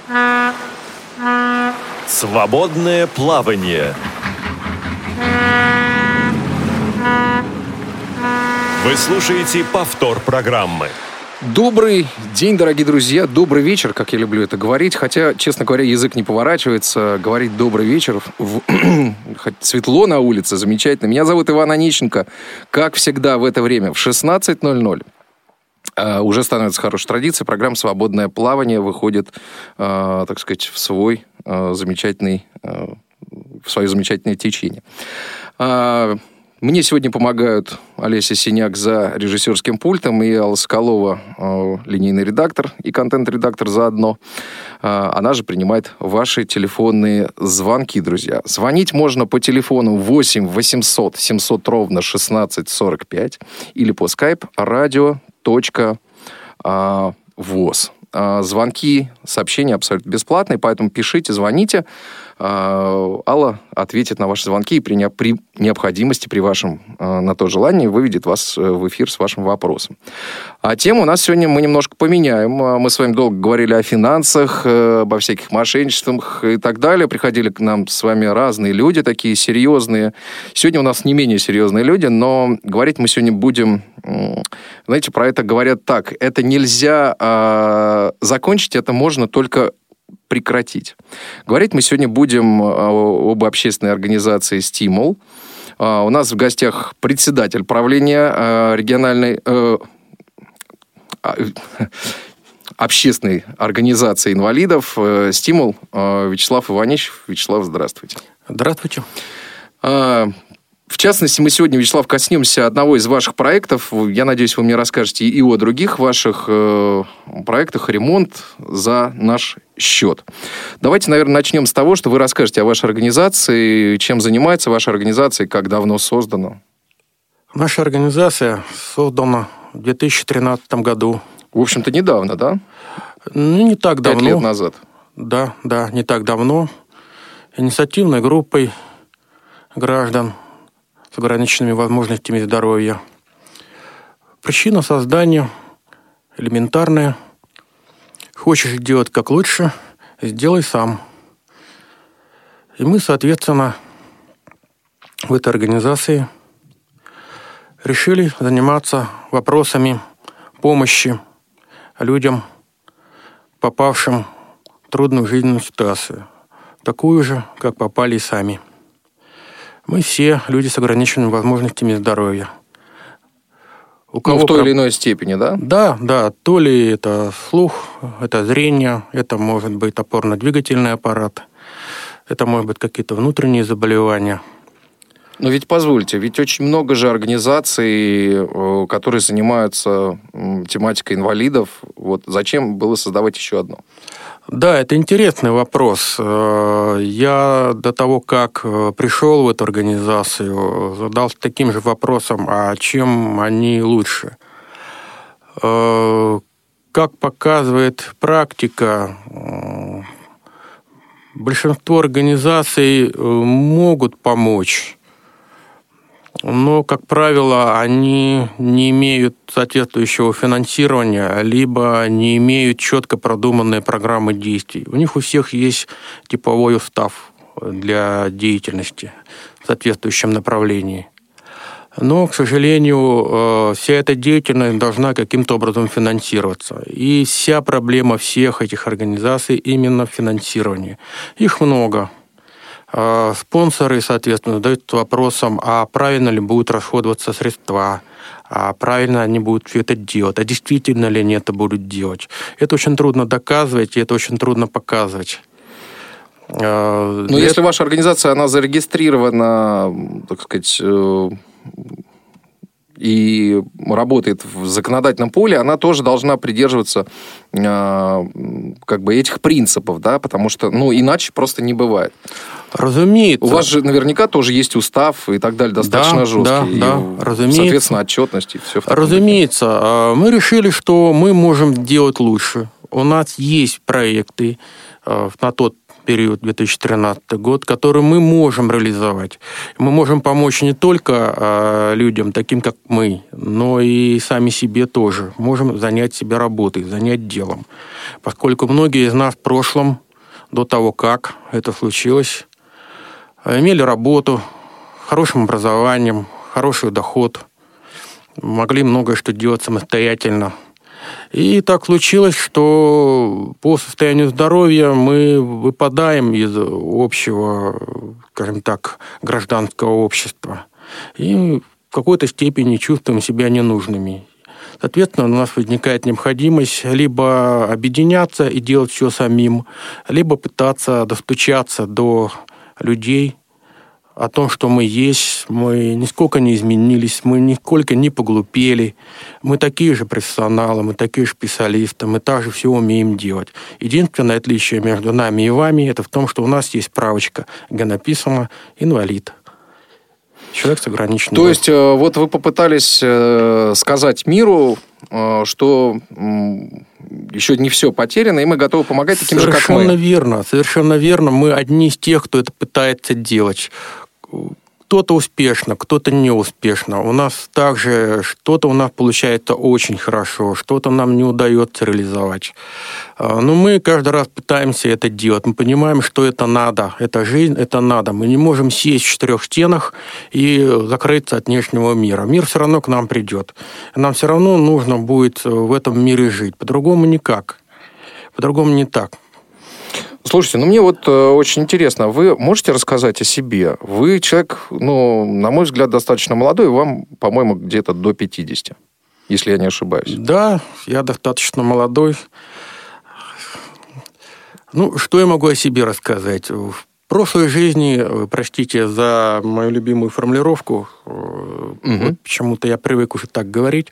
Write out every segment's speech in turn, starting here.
Свободное плавание. Вы слушаете повтор программы. Добрый день, дорогие друзья, добрый вечер, как я люблю это говорить. Хотя, честно говоря, язык не поворачивается говорить добрый вечер. Светло на улице, замечательно. Меня зовут Иван Онищенко. Как всегда в это время, в 16:00, уже становится хорошей традицией, программа «Свободное плавание» выходит, так сказать, в свое замечательное течение. Мне сегодня помогают Олеся Синяк за режиссерским пультом и Алла Соколова, линейный редактор и контент-редактор заодно. Она же принимает ваши телефонные звонки, друзья. Звонить можно по телефону 8 800 700 ровно 1645 или по skype radio.voz. Звонки, сообщения абсолютно бесплатные, поэтому пишите, звоните. Алла ответит на ваши звонки и при необходимости, при вашем на то желании, выведет вас в эфир с вашим вопросом. А тему у нас сегодня мы немножко поменяем. Мы с вами долго говорили о финансах, обо всяких мошенничествах и так далее. Приходили к нам с вами разные люди, такие серьезные. Сегодня у нас не менее серьезные люди, но говорить мы сегодня будем... Знаете, про это говорят так. Это нельзя закончить, это можно только прекратить. Говорить мы сегодня будем об общественной организации «Стимул». У нас в гостях председатель правления региональной общественной организации инвалидов «Стимул» Вячеслав Иванищев. Вячеслав, здравствуйте. Здравствуйте. В частности, мы сегодня, Вячеслав, коснемся одного из ваших проектов. Я надеюсь, вы мне расскажете и о других ваших проектах «Ремонт за наш счет». Давайте, наверное, начнем с того, что вы расскажете о вашей организации, чем занимается ваша организация и как давно создана. Наша организация создана в 2013 году. В общем-то, недавно, да? Не так давно. 5 лет назад. Да, не так давно. Инициативной группой граждан с ограниченными возможностями здоровья. Причина создания элементарная. Хочешь делать как лучше, сделай сам. И мы, соответственно, в этой организации решили заниматься вопросами помощи людям, попавшим в трудную жизненную ситуацию, такую же, как попали и сами. Мы все люди с ограниченными возможностями здоровья. В той или иной степени, да? Да. То ли это слух, это зрение, это может быть опорно-двигательный аппарат, это может быть какие-то внутренние заболевания. Но ведь позвольте, ведь очень много же организаций, которые занимаются тематикой инвалидов. Вот зачем было создавать еще одно? Да, это интересный вопрос. Я до того, как пришел в эту организацию, задался таким же вопросом, а чем они лучше? Как показывает практика, большинство организаций могут помочь, но, как правило, они не имеют соответствующего финансирования, либо не имеют четко продуманной программы действий. У них у всех есть типовой устав для деятельности в соответствующем направлении. Но, к сожалению, вся эта деятельность должна каким-то образом финансироваться. И вся проблема всех этих организаций именно в финансировании. Их много. Спонсоры, соответственно, задаются вопросом, а правильно ли будут расходоваться средства, а правильно они будут все это делать, а действительно ли они это будут делать. Это очень трудно доказывать, и это очень трудно показывать. Но если ваша организация, она зарегистрирована, так сказать, и работает в законодательном поле, она тоже должна придерживаться этих принципов, да, потому что, иначе просто не бывает. Разумеется. У вас же наверняка тоже есть устав и так далее, достаточно жесткий. Да, разумеется. Соответственно, отчетность и все в таком Разумеется. Мы решили, что мы можем делать лучше. у нас есть проекты на тот период, 2013 год, которые мы можем реализовать. Мы можем помочь не только людям, таким как мы, но и сами себе тоже. Можем занять себя работой, занять делом. Поскольку многие из нас в прошлом, до того, как это случилось, имели работу, хорошим образованием, хороший доход, могли многое что делать самостоятельно. И так случилось, что по состоянию здоровья мы выпадаем из общего, скажем так, гражданского общества. И в какой-то степени чувствуем себя ненужными. Соответственно, у нас возникает необходимость либо объединяться и делать все самим, либо пытаться достучаться до людей о том, что мы есть, мы нисколько не изменились, мы нисколько не поглупели, мы такие же профессионалы, мы такие же специалисты, мы также все умеем делать. Единственное отличие между нами и вами это в том, что у нас есть справочка, где написано «инвалид». Человек с ограниченным... То есть, вот вы попытались сказать миру, что еще не все потеряно, и мы готовы помогать таким же, как мы. Совершенно верно. Мы одни из тех, кто это пытается делать. Кто-то успешно, кто-то не успешно. У нас также что-то у нас получается очень хорошо, что-то нам не удается реализовать. Но мы каждый раз пытаемся это делать. Мы понимаем, что это надо. Это жизнь, это надо. Мы не можем сесть в 4 стенах и закрыться от внешнего мира. Мир все равно к нам придет. Нам все равно нужно будет в этом мире жить. По-другому никак. По-другому не так. Слушайте, мне вот очень интересно, вы можете рассказать о себе? Вы человек, на мой взгляд, достаточно молодой, вам, по-моему, где-то до 50, если я не ошибаюсь. Да, я достаточно молодой. Что я могу о себе рассказать? В прошлой жизни, простите за мою любимую формулировку, вот почему-то я привык уже так говорить,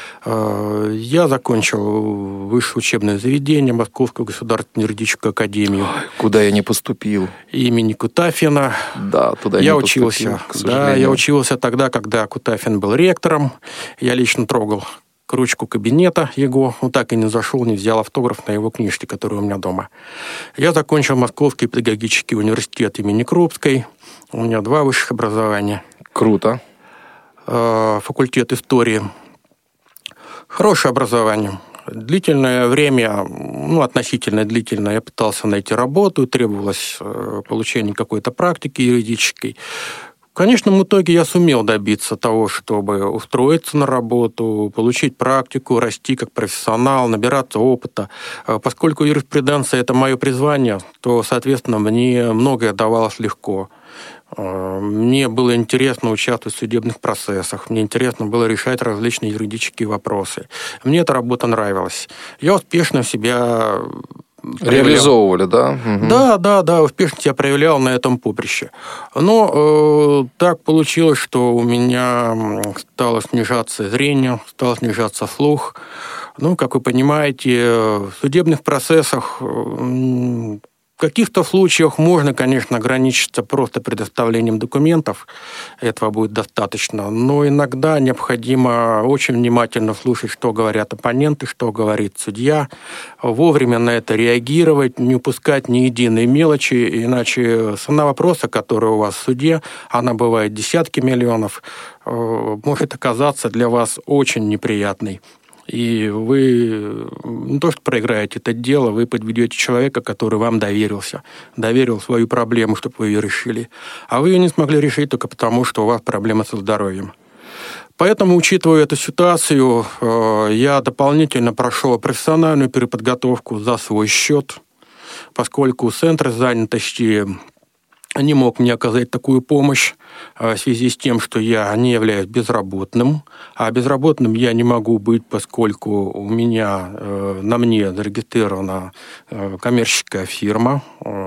я закончил высшее учебное заведение Московскую государственную юридическую академию. Куда я не поступил. Имени Кутафина. Да, туда я не поступил, к сожалению. Да, я учился тогда, когда Кутафин был ректором. Я лично трогал ручку кабинета его, так и не зашел, не взял автограф на его книжке, которая у меня дома. Я закончил Московский педагогический университет имени Крупской. У меня 2 высших образования. Круто. Факультет истории. Хорошее образование. Длительное время, относительно длительное, я пытался найти работу, требовалось получение какой-то практики юридической. В конечном итоге я сумел добиться того, чтобы устроиться на работу, получить практику, расти как профессионал, набираться опыта. Поскольку юриспруденция – это мое призвание, то, соответственно, мне многое давалось легко. Мне было интересно участвовать в судебных процессах, мне интересно было решать различные юридические вопросы. Мне эта работа нравилась. Я успешно себя реализовывали, да? Угу. Да, успешно себя проявлял на этом поприще. Но так получилось, что у меня стало снижаться зрение, стало снижаться слух. Как вы понимаете, в судебных процессах в каких-то случаях можно, конечно, ограничиться просто предоставлением документов. Этого будет достаточно. Но иногда необходимо очень внимательно слушать, что говорят оппоненты, что говорит судья, вовремя на это реагировать, не упускать ни единой мелочи, иначе цена вопроса, которая у вас в суде, она бывает десятки миллионов, может оказаться для вас очень неприятной. И вы не то что проиграете это дело, вы подведете человека, который вам доверил свою проблему, чтобы вы ее решили. А вы ее не смогли решить только потому, что у вас проблема со здоровьем. Поэтому, учитывая эту ситуацию, я дополнительно прошел профессиональную переподготовку за свой счет, поскольку Центр занятости не мог мне оказать такую помощь в связи с тем, что я не являюсь безработным. А безработным я не могу быть, поскольку у меня на мне зарегистрирована коммерческая фирма,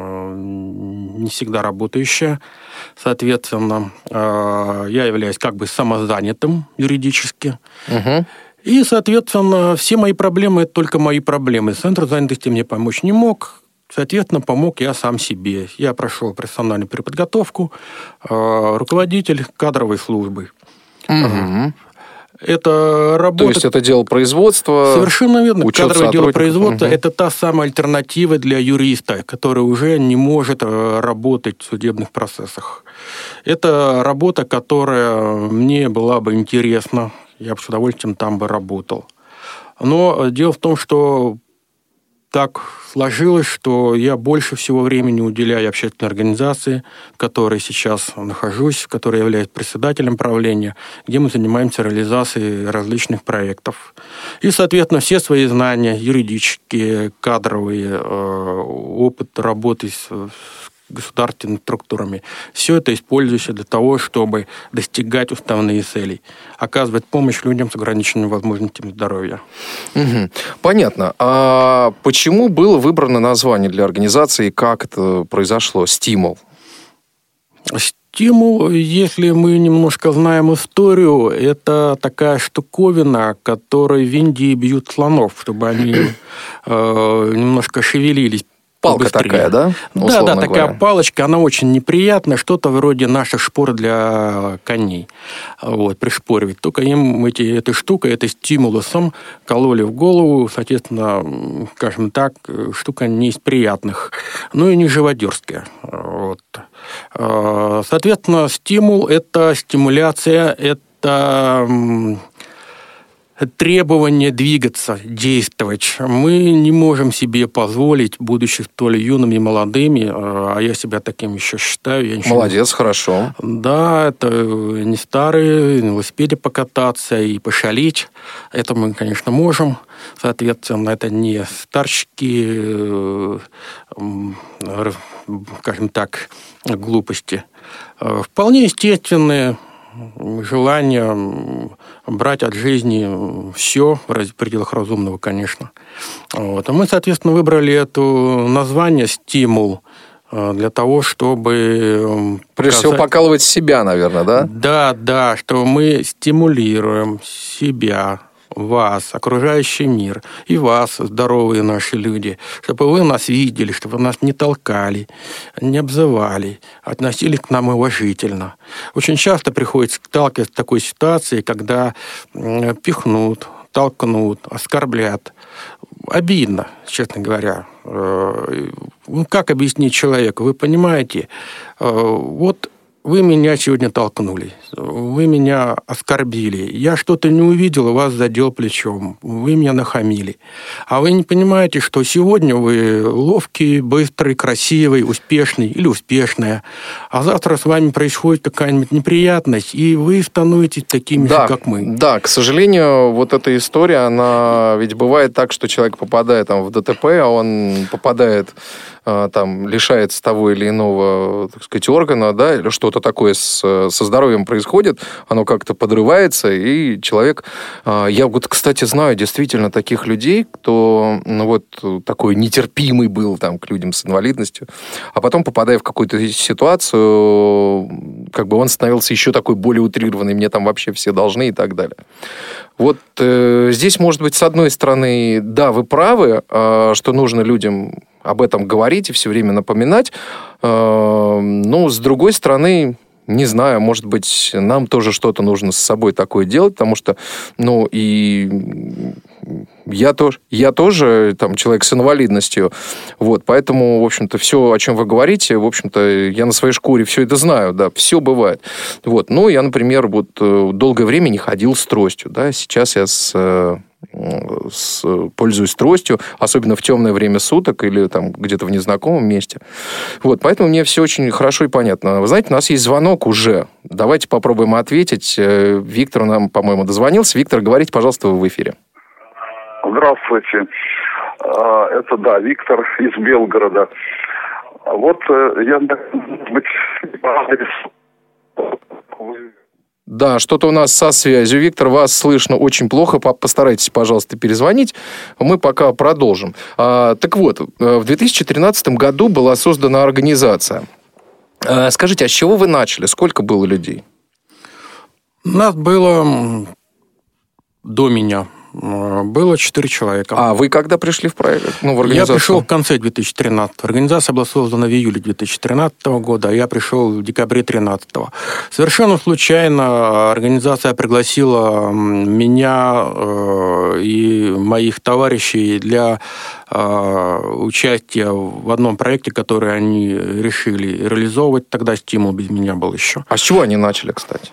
не всегда работающая. Соответственно, я являюсь как бы самозанятым юридически. Угу. И, соответственно, все мои проблемы – это только мои проблемы. Центр занятости мне помочь не мог. Соответственно, помог я сам себе. Я прошел профессиональную переподготовку, руководитель кадровой службы. Угу. Это работа... То есть это дело производства? Совершенно верно. Кадровое дело производства угу. Это та самая альтернатива для юриста, который уже не может работать в судебных процессах. Это работа, которая мне была бы интересна. Я бы с удовольствием там бы работал. Но дело в том, что так сложилось, что я больше всего времени уделяю общественной организации, в которой сейчас нахожусь, в которой я являюсь председателем правления, где мы занимаемся реализацией различных проектов. И, соответственно, все свои знания, юридические, кадровые, опыт работы с государственными структурами, все это используется для того, чтобы достигать уставные цели, оказывать помощь людям с ограниченными возможностями здоровья. Угу. Понятно. А почему было выбрано название для организации и как это произошло? «Стимул». Стимул, если мы немножко знаем историю, это такая штуковина, которой в Индии бьют слонов, чтобы они немножко шевелились. Палка побыстрее. Такая, да? Да, такая палочка, она очень неприятная, что-то вроде наших шпор для коней. Вот, пришпоривать. Только им этой штукой, этой стимулусом кололи в голову, соответственно, скажем так, штука не из приятных, но и не живодерская. Вот. Соответственно, стимул – это стимуляция, это требование двигаться, действовать. Мы не можем себе позволить, будучи столь юными и молодыми, а я себя таким еще считаю. Молодец, хорошо. Да, это не старые, на велосипеде покататься и пошалить. Это мы, конечно, можем. Соответственно, это не старческие, скажем так, глупости. Вполне естественные желание брать от жизни все в пределах разумного, конечно. Вот. А мы, соответственно, выбрали это название «Стимул» для того, чтобы... Прежде всего, покалывать себя, наверное, да? Да, что мы стимулируем себя, вас, окружающий мир, и вас, здоровые наши люди, чтобы вы нас видели, чтобы вы нас не толкали, не обзывали, относились к нам уважительно. Очень часто приходится сталкиваться с такой ситуацией, когда пихнут, толкнут, оскорблят. Обидно, честно говоря. Как объяснить человеку? Вы понимаете, вот вы меня сегодня толкнули, вы меня оскорбили, я что-то не увидел, вас задел плечом, вы меня нахамили. А вы не понимаете, что сегодня вы ловкий, быстрый, красивый, успешный или успешная, а завтра с вами происходит какая-нибудь неприятность, и вы становитесь такими же, как мы. Да, к сожалению, вот эта история, она ведь бывает так, что человек попадает там в ДТП, а он попадает, там, лишается того или иного, так сказать, органа, да, или что-то такое со здоровьем происходит, оно как-то подрывается, и человек... Я вот, кстати, знаю действительно таких людей, кто, ну, вот такой нетерпимый был там к людям с инвалидностью, а потом, попадая в какую-то ситуацию, как бы он становился еще такой более утрированный, мне там вообще все должны и так далее. Вот здесь, может быть, с одной стороны, да, вы правы, что нужно людям об этом говорить и все время напоминать. Но, с другой стороны, не знаю, может быть, нам тоже что-то нужно с собой такое делать, потому что, ну, и я тоже там, человек с инвалидностью, вот, поэтому, в общем-то, все, о чем вы говорите, в общем-то, я на своей шкуре все это знаю, да, все бывает. Вот, ну, я, например, вот долгое время не ходил с тростью, да, сейчас я пользуюсь тростью, особенно в темное время суток или там где-то в незнакомом месте. Вот, поэтому мне все очень хорошо и понятно. Вы знаете, у нас есть звонок уже. Давайте попробуем ответить. Виктор нам, по-моему, дозвонился. Виктор, говорите, пожалуйста, вы в эфире. Здравствуйте. Это, да, Виктор из Белгорода. Вот я, может быть, по адресу... Да, что-то у нас со связью. Виктор, вас слышно очень плохо. Постарайтесь, пожалуйста, перезвонить. Мы пока продолжим. Так вот, в 2013 году была создана организация. Скажите, а с чего вы начали? Сколько было людей? Нас было до меня Было 4 человека. А вы когда пришли в проект, в организацию? Я пришел в конце 2013. Организация была создана в июле 2013 года, а я пришел в декабре 2013. Совершенно случайно организация пригласила меня и моих товарищей для участия в одном проекте, который они решили реализовывать. Тогда стимул без меня был еще. А с чего они начали, кстати?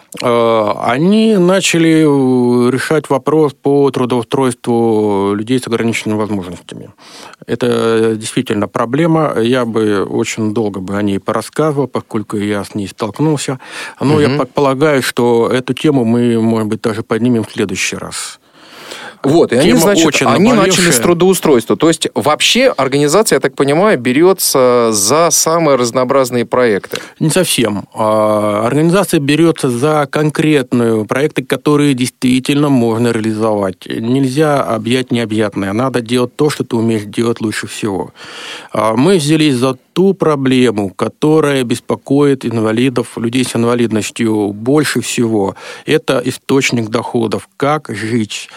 Они начали решать вопрос по трудоустройству людей с ограниченными возможностями. Это действительно проблема. Я бы очень долго о ней порассказывал, поскольку я с ней столкнулся. Но я полагаю, что эту тему мы, может быть, даже поднимем в следующий раз. Вот, и они начали с трудоустройства. То есть, вообще, организация, я так понимаю, берется за самые разнообразные проекты. Не совсем. Организация берется за конкретные проекты, которые действительно можно реализовать. Нельзя объять необъятное. Надо делать то, что ты умеешь делать лучше всего. Мы взялись за ту проблему, которая беспокоит инвалидов, людей с инвалидностью больше всего. Это источник доходов. Как жить?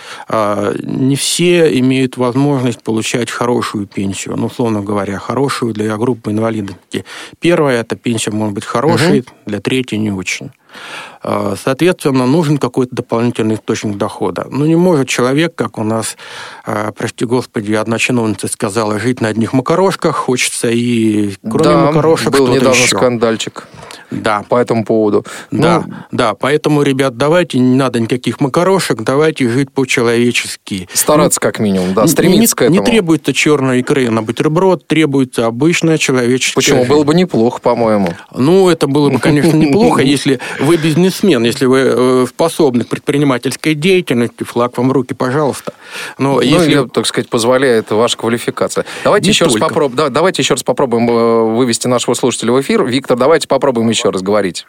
Не все имеют возможность получать хорошую пенсию. Условно говоря, хорошую для группы инвалидности. Первая, эта пенсия может быть хорошей, для третьей не очень. Соответственно, нужен какой-то дополнительный источник дохода. Не может человек, как у нас, прости господи, одна чиновница сказала, жить на одних макарошках, хочется и кроме макарошек был что-то недавно еще. Скандальчик. Да. По этому поводу. Да, поэтому, ребят, давайте, не надо никаких макарошек, давайте жить по-человечески. Стараться как минимум, стремиться к этому. Не требуется черной икры на бутерброд, требуется обычная человеческая Почему? жизнь. Было бы неплохо, по-моему. Это было бы, конечно, неплохо, если вы бизнесмен, если вы способны к предпринимательской деятельности, флаг вам в руки, пожалуйста. Но если... или, так сказать, позволяет ваша квалификация. Давайте еще раз попробуем вывести нашего слушателя в эфир. Виктор, давайте попробуем еще раз говорить.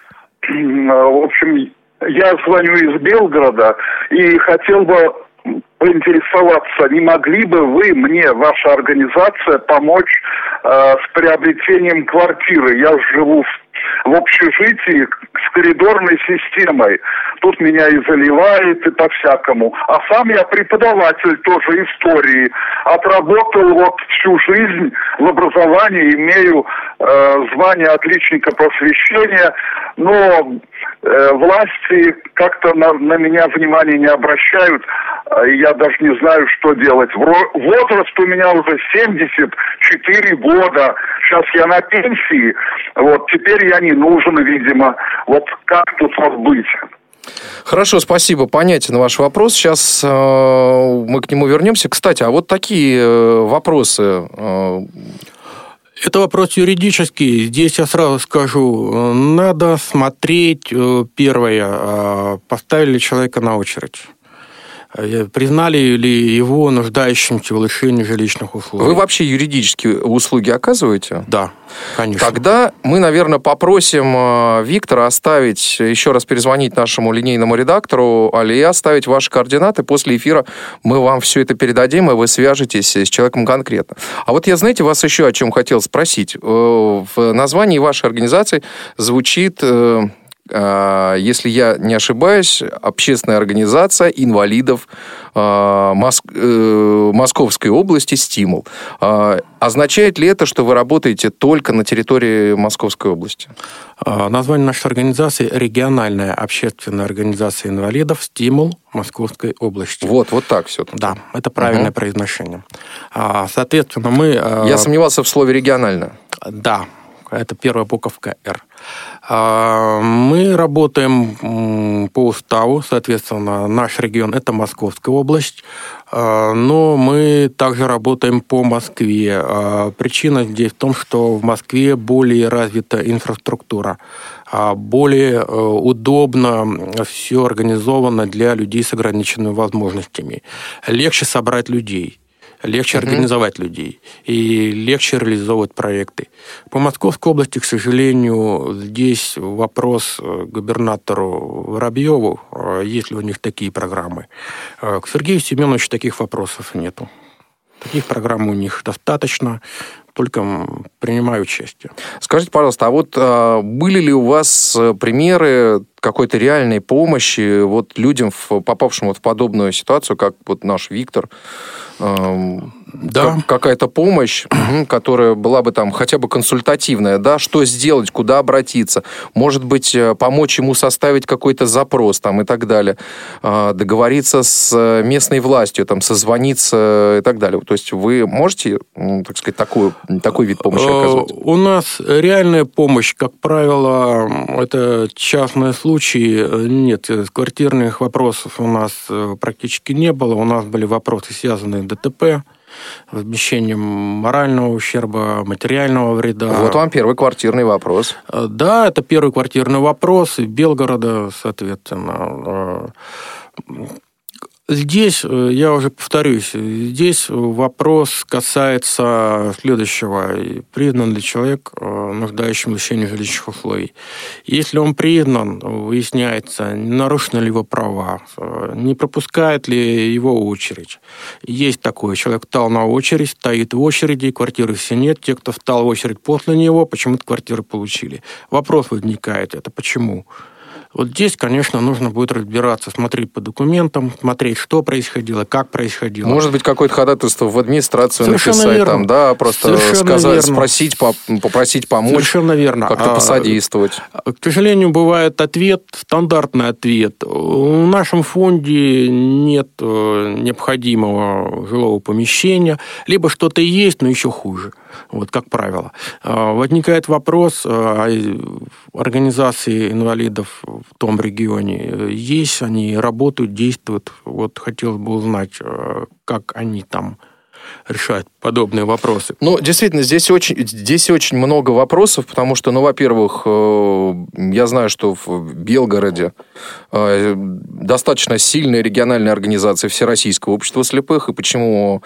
В общем, я звоню из Белгорода и хотел бы поинтересоваться, не могли бы вы мне, ваша организация, помочь с приобретением квартиры? Я живу в общежитии с коридорной системой. Тут меня и заливает, и по-всякому. А сам я преподаватель тоже истории. Отработал всю жизнь в образовании, имею звание отличника просвещения, но власти как-то на меня внимания не обращают, и я даже не знаю, что делать. Возраст у меня уже 74 года. Сейчас я на пенсии. Теперь я не нужен, видимо. Как тут быть? Хорошо, спасибо. Понятен ваш вопрос. Сейчас мы к нему вернемся. Кстати, а такие вопросы... Это вопрос юридический. Здесь я сразу скажу, надо смотреть, первое, поставили человека на очередь. Признали ли его нуждающимся в улучшении жилищных условий? Вы вообще юридические услуги оказываете? Да, конечно. Тогда мы, наверное, попросим Виктора оставить, еще раз перезвонить нашему линейному редактору, и оставить ваши координаты. После эфира мы вам все это передадим, и вы свяжетесь с человеком конкретно. А я, знаете, вас еще о чем хотел спросить. В названии вашей организации звучит... если я не ошибаюсь, общественная организация инвалидов Московской области «Стимул». Означает ли это, что вы работаете только на территории Московской области? Название нашей организации – региональная общественная организация инвалидов «Стимул» Московской области. Вот так все-таки. Да, это правильное произношение. Соответственно, мы... Я сомневался в слове «региональная». Да, это первая буковка «Р». Мы работаем по уставу, соответственно, наш регион – это Московская область, но мы также работаем по Москве. Причина здесь в том, что в Москве более развита инфраструктура, более удобно все организовано для людей с ограниченными возможностями. Легче собрать людей. Легче организовать людей и легче реализовывать проекты. По Московской области, к сожалению, здесь вопрос губернатору Воробьеву, есть ли у них такие программы. К Сергею Семеновичу таких вопросов нету. Таких программ у них достаточно, только принимаю участие. Скажите, пожалуйста, были ли у вас примеры какой-то реальной помощи вот людям, попавшим вот в подобную ситуацию, как вот наш Виктор? Да. Какая-то помощь, которая была бы там хотя бы консультативная, да, что сделать, куда обратиться, может быть, помочь ему составить какой-то запрос там и так далее, договориться с местной властью, там, созвониться и так далее. То есть вы можете, так сказать, такой вид помощи оказывать? У нас реальная помощь, как правило, это частные случаи. Нет, квартирных вопросов у нас практически не было. У нас были вопросы, связанные с ДТП, возмещением морального ущерба, материального вреда. Вот вам первый квартирный вопрос. Да, это первый квартирный вопрос и Белгорода, соответственно. Здесь, я уже повторюсь, здесь вопрос касается следующего. Признан ли человек нуждающим в лечении жилищных условий? Если он признан, выясняется, не нарушены ли его права, не пропускает ли его очередь. Есть такое. Человек встал на очередь, стоит в очереди, квартиры все нет. Те, кто встал в очередь после него, почему-то квартиры получили. Вопрос возникает, это почему? Вот здесь, конечно, нужно будет разбираться, смотреть по документам, смотреть, что происходило, как происходило. Может быть, какое-то ходатайство в администрацию Совершенно написать, верно. там, да, просто сказать, спросить, попросить помочь. Совершенно верно. Как-то посодействовать. К сожалению, бывает ответ, стандартный ответ. В нашем фонде нет необходимого жилого помещения, либо что-то есть, но еще хуже. Вот, как правило. Возникает вопрос, организации инвалидов в том регионе есть, они работают, действуют. Вот хотелось бы узнать, как они там решают подобные вопросы. Ну, действительно, здесь очень много вопросов, потому что, ну, во-первых, я знаю, что в Белгороде достаточно сильная региональная организация Всероссийского общества слепых, и почему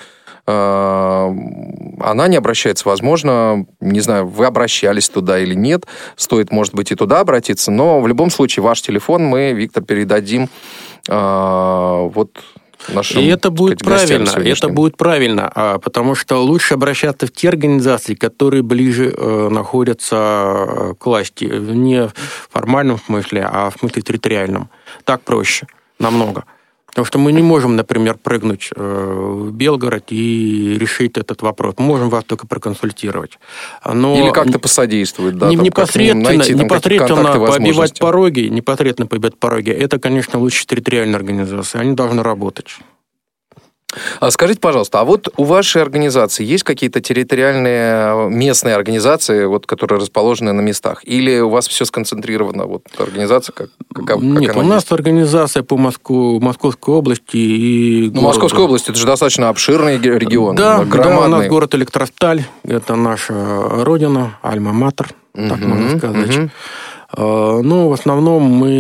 она не обращается, возможно, не знаю, вы обращались туда или нет, стоит, может быть, и туда обратиться, но в любом случае ваш телефон мы, Виктор, передадим вот нашим, и это будет сказать, правильно, потому что лучше обращаться в те организации, которые ближе находятся к власти, не в формальном смысле, а в смысле территориальном. Так проще, намного. Потому что мы не можем, например, прыгнуть в Белгород и решить этот вопрос. Мы можем вас только проконсультировать. Но или как-то посодействовать, да, непосредственно побивать пороги, это, конечно, лучше территориальные организации. Они должны работать. Скажите, пожалуйста, а вот у вашей организации есть какие-то территориальные местные организации, вот, которые расположены на местах? Или у вас все сконцентрировано, вот организация, как Нет, у нас есть? Организация по Московской области и городу. Московская область, это же достаточно обширный регион, громадный. Да, у нас город Электросталь, это наша родина, альма-матер, так можно сказать. Ну, в основном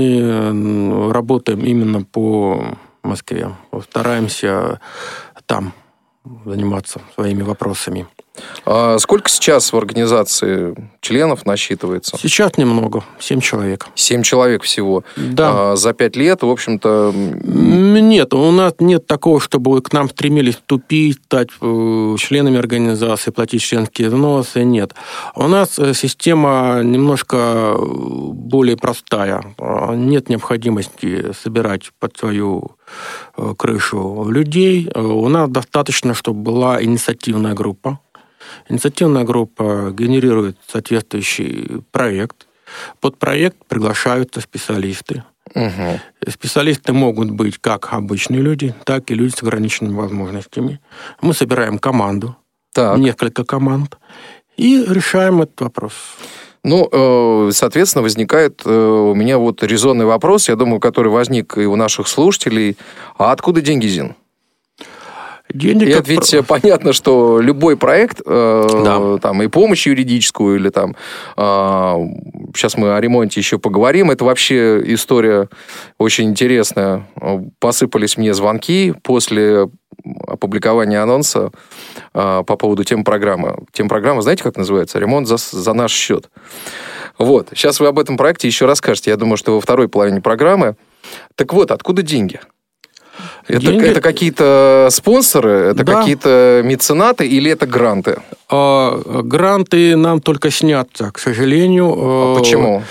мы работаем именно по Москве. Стараемся там заниматься своими вопросами. А сколько сейчас в организации членов насчитывается? Сейчас немного, 7 человек. 7 человек всего? Да. За 5 лет, в общем-то... Нет, у нас нет такого, чтобы к нам стремились вступить, стать членами организации, платить членские взносы, нет. У нас система немножко более простая. Нет необходимости собирать под свою крышу людей. У нас достаточно, чтобы была инициативная группа. Инициативная группа генерирует соответствующий проект. Под проект приглашаются специалисты. Угу. Специалисты могут быть как обычные люди, так и люди с ограниченными возможностями. Мы собираем команду, несколько команд, и решаем этот вопрос. Ну, соответственно, возникает у меня вот резонный вопрос, я думаю, который возник и у наших слушателей. А откуда деньги, Зин? Ведь понятно, что любой проект, там, и помощь юридическую, или там, сейчас мы о ремонте еще поговорим, это вообще история очень интересная. Посыпались мне звонки после опубликования анонса по поводу темпрограммы. Темпрограмма, знаете, как называется? «Ремонт за наш счет». Вот. Сейчас вы об этом проекте еще расскажете. Я думаю, что во второй половине программы. Так вот, откуда деньги? Это какие-то спонсоры, это какие-то меценаты или это гранты? Гранты нам только снятся, к сожалению. Почему?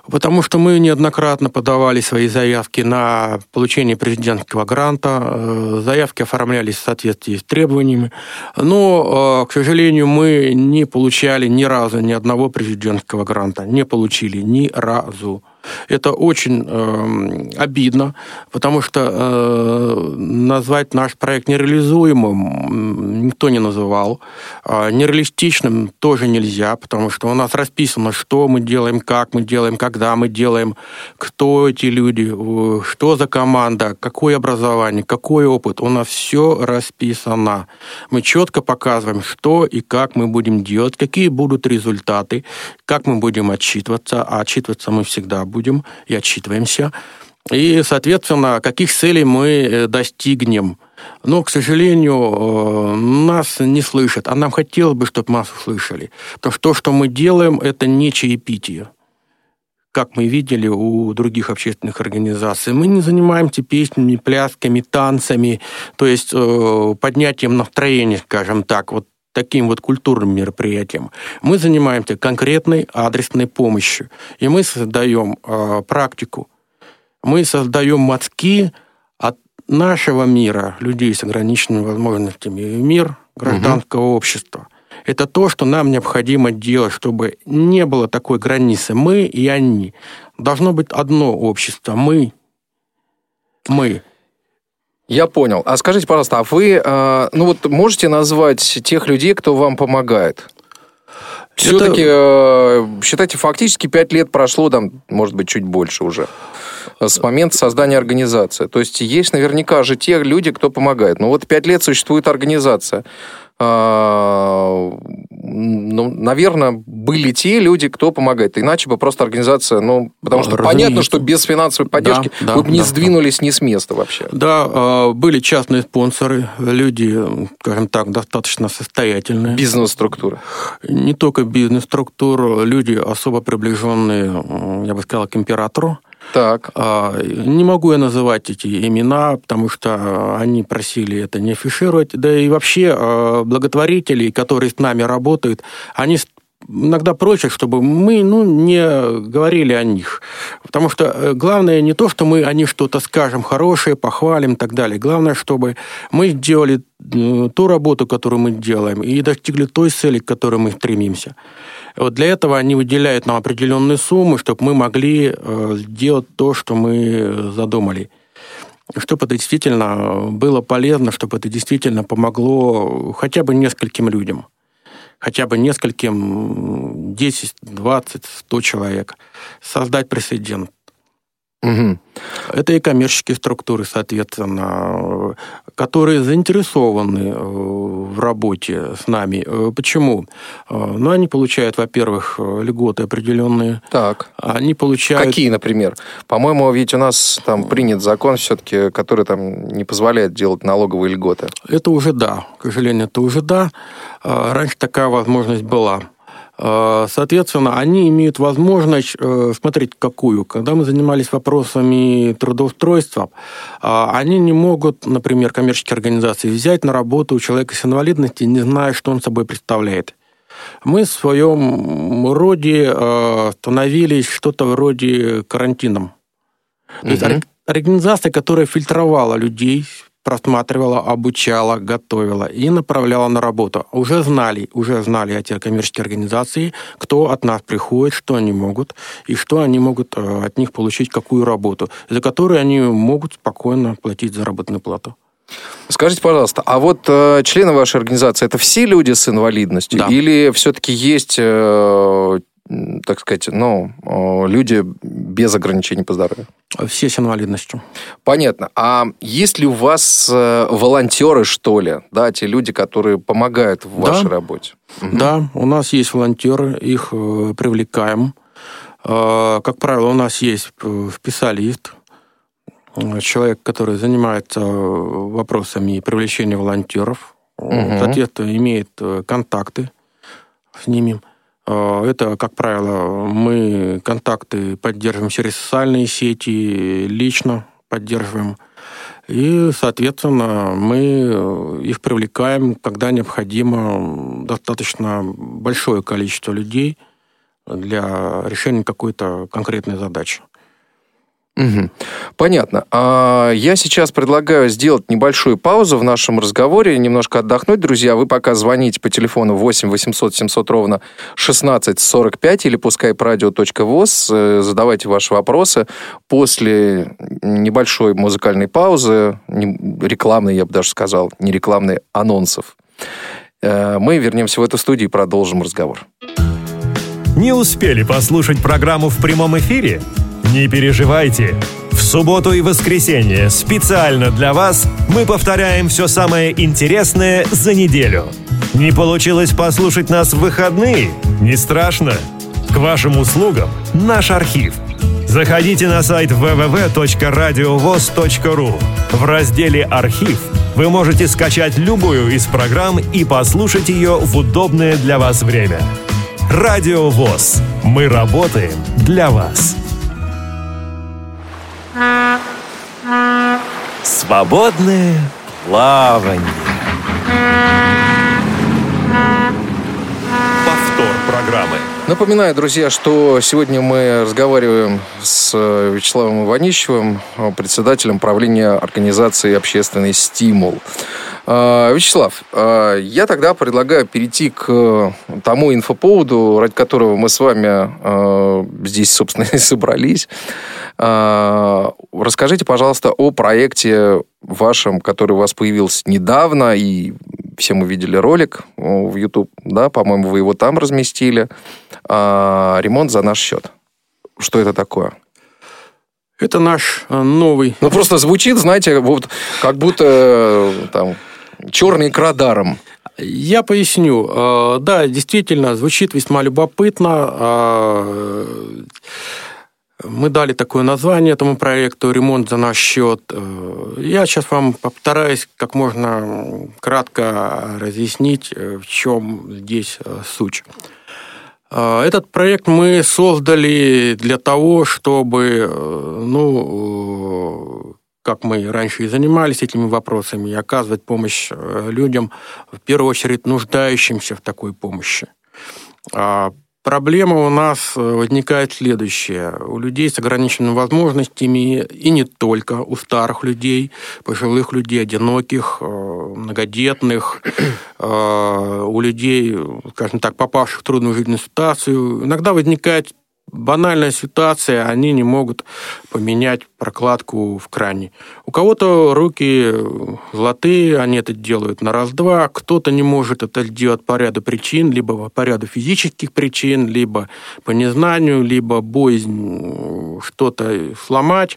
Потому что мы неоднократно подавали свои заявки на получение президентского гранта, заявки оформлялись в соответствии с требованиями, но, к сожалению, мы не получали ни разу ни одного президентского гранта, не получили ни разу. Это очень обидно, потому что назвать наш проект нереализуемым никто не называл. Нереалистичным тоже нельзя, потому что у нас расписано, что мы делаем, как мы делаем, когда мы делаем, кто эти люди, что за команда, какое образование, какой опыт. У нас все расписано. Мы четко показываем, что и как мы будем делать, какие будут результаты, как мы будем отчитываться, а отчитываться мы всегда будем и отчитываемся. И, соответственно, каких целей мы достигнем. Но, к сожалению, нас не слышат. А нам хотелось бы, чтобы нас услышали. Потому что то, что мы делаем, это не чаепитие. Как мы видели у других общественных организаций. Мы не занимаемся песнями, плясками, танцами, то есть поднятием настроения, скажем так, вот таким вот культурным мероприятием. Мы занимаемся конкретной адресной помощью. И мы создаем практику. Мы создаем мостки от нашего мира, людей с ограниченными возможностями, в мир гражданского общества. Это то, что нам необходимо делать, чтобы не было такой границы. Мы и они. Должно быть одно общество. Мы. Я понял. А скажите, пожалуйста, а вы можете назвать тех людей, кто вам помогает? Все-таки, считайте, фактически 5 лет прошло, там, может быть, чуть больше уже, с момента создания организации. То есть, есть наверняка же те люди, кто помогает. Но вот 5 лет существует организация. Наверное, были те люди, кто помогает. Иначе бы просто организация, потому что понятно, что без финансовой поддержки вы бы не сдвинулись ни с места вообще. Да, были частные спонсоры, люди, скажем так, достаточно состоятельные. Бизнес-структура. Не только бизнес-структура, люди особо приближенные, я бы сказал, к императору. Так. Не могу я называть эти имена, потому что они просили это не афишировать. Да и вообще благотворители, которые с нами работают, они иногда просят, чтобы мы не говорили о них. Потому что главное не то, что мы о них что-то скажем хорошее, похвалим и так далее. Главное, чтобы мы сделали ту работу, которую мы делаем, и достигли той цели, к которой мы стремимся. Вот для этого они выделяют нам определенные суммы, чтобы мы могли сделать то, что мы задумали. Чтобы это действительно было полезно, чтобы это действительно помогло хотя бы нескольким людям. Хотя бы нескольким, 10, 20, 100 человек. Создать прецедент. Угу. Это и коммерческие структуры, соответственно, которые заинтересованы в работе с нами. Почему? Они получают, во-первых, льготы определенные. Так. Они получают... Какие, например? По-моему, ведь у нас там принят закон все-таки, который там не позволяет делать налоговые льготы. Это уже да. К сожалению, это уже да. Раньше такая возможность была. Соответственно, они имеют возможность, смотрите, какую. Когда мы занимались вопросами трудоустройства, они не могут, например, коммерческие организации, взять на работу человека с инвалидностью, не зная, что он собой представляет. Мы в своем роде становились что-то вроде карантином. То есть организация, которая фильтровала людей, просматривала, обучала, готовила и направляла на работу. Уже знали эти коммерческие организации, кто от нас приходит, что они могут, и что они могут от них получить, какую работу, за которую они могут спокойно платить заработную плату. Скажите, пожалуйста, а вот члены вашей организации, это все люди с инвалидностью? Да. Или все-таки есть, так сказать, люди без ограничений по здоровью? Все с инвалидностью. Понятно. А есть ли у вас волонтеры, что ли? Да, те люди, которые помогают в вашей работе? Да, у нас есть волонтеры, их привлекаем. Как правило, у нас есть специалист, человек, который занимается вопросами привлечения волонтеров, соответственно, имеет контакты с ними. Это, как правило, мы контакты поддерживаем через социальные сети, лично поддерживаем. И, соответственно, мы их привлекаем, когда необходимо достаточно большое количество людей. для решения какой-то конкретной задачи. Угу. Понятно. Я сейчас предлагаю сделать небольшую паузу в нашем разговоре, немножко отдохнуть, друзья. Вы пока звоните по телефону 8 800 700 ровно 1645 или по skype-radio.voz, задавайте ваши вопросы. После небольшой музыкальной паузы, рекламной, я бы даже сказал, не рекламной, анонсов, мы вернемся в эту студию и продолжим разговор. Не успели послушать программу в прямом эфире? Не переживайте. В субботу и воскресенье специально для вас мы повторяем все самое интересное за неделю. Не получилось послушать нас в выходные? Не страшно. К вашим услугам наш архив. Заходите на сайт www.radiovoz.ru. В разделе «Архив» вы можете скачать любую из программ и послушать ее в удобное для вас время. Радио ВОС. Мы работаем для вас. Свободное плавание. Повтор программы. Напоминаю, друзья, что сегодня мы разговариваем с Вячеславом Иванищевым, председателем правления организации «Общественный стимул». Вячеслав, я тогда предлагаю перейти к тому инфоповоду, ради которого мы с вами здесь, собственно, и собрались. Расскажите, пожалуйста, о проекте вашем, который у вас появился недавно, и все мы видели ролик в YouTube, да, по-моему, вы его там разместили. «Ремонт за наш счет». Что это такое? Это наш новый... Ну, просто звучит, знаете, вот как будто там черный к радарам. Я поясню. Да, действительно, звучит весьма любопытно. Мы дали такое название этому проекту «Ремонт за наш счет». Я сейчас вам постараюсь как можно кратко разъяснить, в чем здесь суть. Этот проект мы создали для того, чтобы, как мы раньше и занимались этими вопросами, оказывать помощь людям, в первую очередь нуждающимся в такой помощи. Проблема у нас возникает следующая. У людей с ограниченными возможностями, и не только у старых людей, пожилых людей, одиноких, многодетных, у людей, скажем так, попавших в трудную жизненную ситуацию, иногда возникает банальная ситуация, они не могут поменять прокладку в кране. У кого-то руки золотые, они это делают на раз-два, кто-то не может это сделать по ряду причин, либо по ряду физических причин, либо по незнанию, либо боязнь что-то сломать.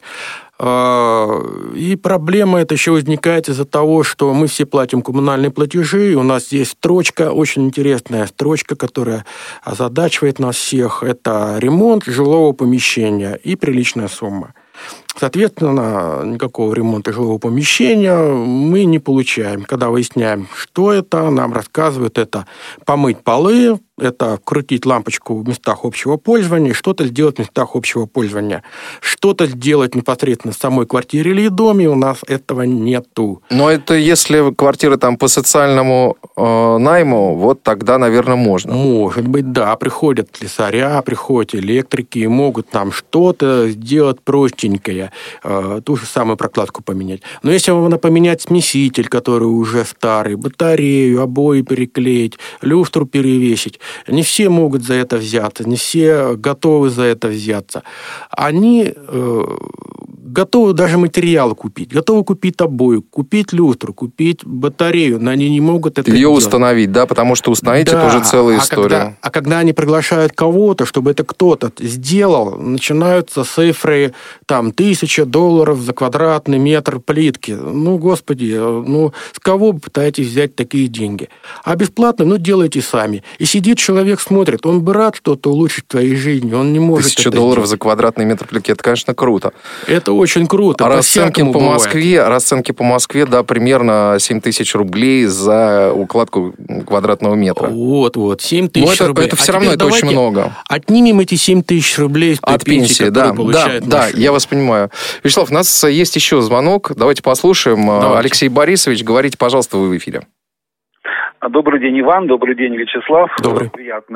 И проблема эта еще возникает из-за того, что мы все платим коммунальные платежи, и у нас есть строчка, очень интересная строчка, которая озадачивает нас всех. Это ремонт жилого помещения и приличная сумма. Соответственно, никакого ремонта жилого помещения мы не получаем. Когда выясняем, что это, нам рассказывают, это помыть полы, это крутить лампочку в местах общего пользования, что-то сделать в местах общего пользования. Что-то сделать непосредственно в самой квартире или доме, у нас этого нету. Но это если квартира там по социальному найму, вот тогда, наверное, можно. Может быть, да. Приходят слесаря, приходят электрики и могут нам что-то сделать простенькое, ту же самую прокладку поменять. Но если вам надо поменять смеситель, который уже старый, батарею, обои переклеить, люстру перевесить, не все могут за это взяться, не все готовы за это взяться. Они готовы даже материал купить, готовы купить обои, купить люстру, купить батарею, но они не могут это ее делать. Установить, да, потому что установить это уже целая история. Когда они приглашают кого-то, чтобы это кто-то сделал, начинаются цифры там $1000 за квадратный метр плитки. Ну, господи, с кого вы пытаетесь взять такие деньги? А бесплатно, делайте сами. И сидит человек, смотрит, он бы рад что-то улучшить в твоей жизни, он не может это $1000 сделать. за квадратный метр плитки, это, конечно, круто. Это очень круто. А расценки по Москве, да, примерно 7000 рублей за укладку квадратного метра. Вот, 7000 рублей. Это все равно это очень много. Отнимем эти 7000 рублей от пенсии, да, я вас понимаю. Вячеслав, у нас есть еще звонок. Давайте послушаем. Давайте. Алексей Борисович, говорите, пожалуйста, вы в эфире. Добрый день, Иван. Добрый день, Вячеслав. Добрый. Приятные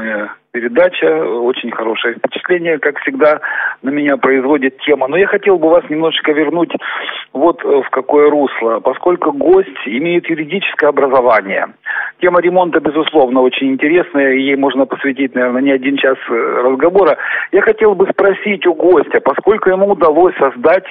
передача, очень хорошее впечатление, как всегда, на меня производит тема. Но я хотел бы вас немножечко вернуть вот в какое русло. Поскольку гость имеет юридическое образование, тема ремонта, безусловно, очень интересная, и ей можно посвятить, наверное, не один час разговора. Я хотел бы спросить у гостя, поскольку ему удалось создать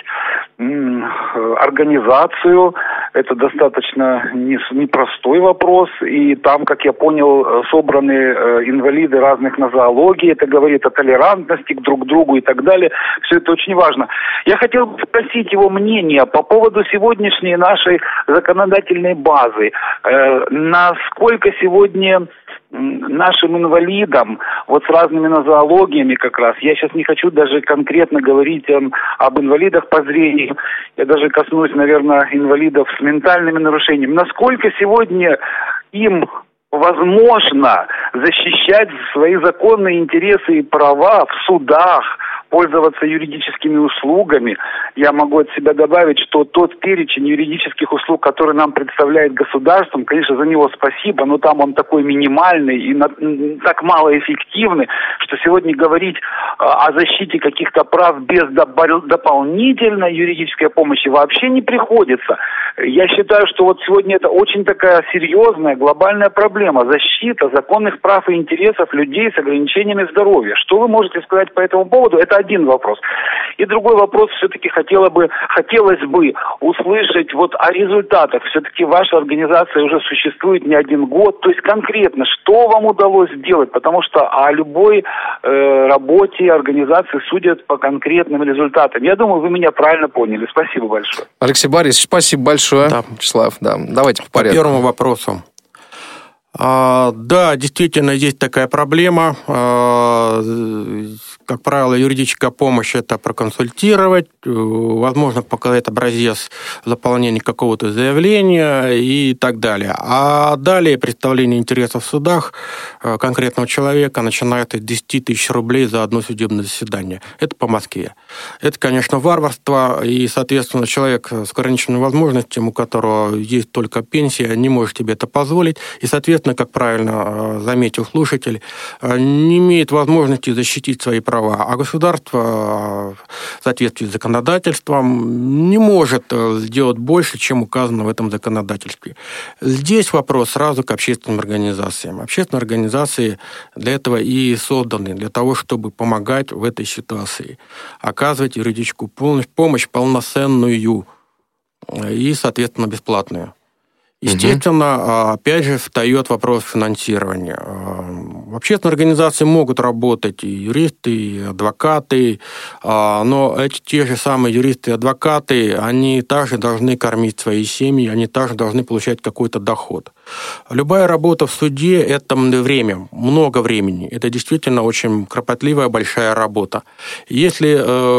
организацию, это достаточно непростой вопрос, и там, как я понял, собраны инвалиды разных нозологий, это говорит о толерантности друг к другу и так далее. Все это очень важно. Я хотел бы спросить его мнение по поводу сегодняшней нашей законодательной базы. Насколько сегодня нашим инвалидам, вот с разными нозологиями как раз, я сейчас не хочу даже конкретно говорить об инвалидах по зрению, я даже коснусь, наверное, инвалидов с ментальными нарушениями, насколько сегодня им возможно защищать свои законные интересы и права в судах, пользоваться юридическими услугами. Я могу от себя добавить, что тот перечень юридических услуг, который нам представляет государством, конечно, за него спасибо, но там он такой минимальный и так малоэффективный, что сегодня говорить о защите каких-то прав без дополнительной юридической помощи вообще не приходится. Я считаю, что вот сегодня это очень такая серьезная глобальная проблема. Защита законных прав и интересов людей с ограничениями здоровья. Что вы можете сказать по этому поводу? Это один вопрос. И другой вопрос, все-таки хотелось бы услышать вот о результатах. Все-таки ваша организация уже существует не один год. То есть конкретно, что вам удалось сделать? Потому что о любой работе организации судят по конкретным результатам. Я думаю, вы меня правильно поняли. Спасибо большое. Алексей Борисович, спасибо большое. Да. Вячеслав, да. Давайте по порядку. По первому вопросу. Да, действительно, есть такая проблема. Как правило, юридическая помощь – это проконсультировать, возможно, показать образец заполнения какого-то заявления и так далее. А далее представление интересов в судах конкретного человека начинает от 10 тысяч рублей за одно судебное заседание. Это по Москве. Это, конечно, варварство, и, соответственно, человек с ограниченными возможностями, у которого есть только пенсия, не может себе это позволить, и, соответственно, как правильно заметил слушатель, не имеет возможности защитить свои права. А государство в соответствии с законодательством не может сделать больше, чем указано в этом законодательстве. Здесь вопрос сразу к общественным организациям. Общественные организации для этого и созданы, для того, чтобы помогать в этой ситуации, оказывать юридическую помощь полноценную и, соответственно, бесплатную. Естественно, опять же, встает вопрос финансирования. Общественные организации могут работать и юристы, и адвокаты, но эти те же самые юристы и адвокаты, они также должны кормить свои семьи, они также должны получать какой-то доход. Любая работа в суде – это время, много времени. Это действительно очень кропотливая, большая работа. Если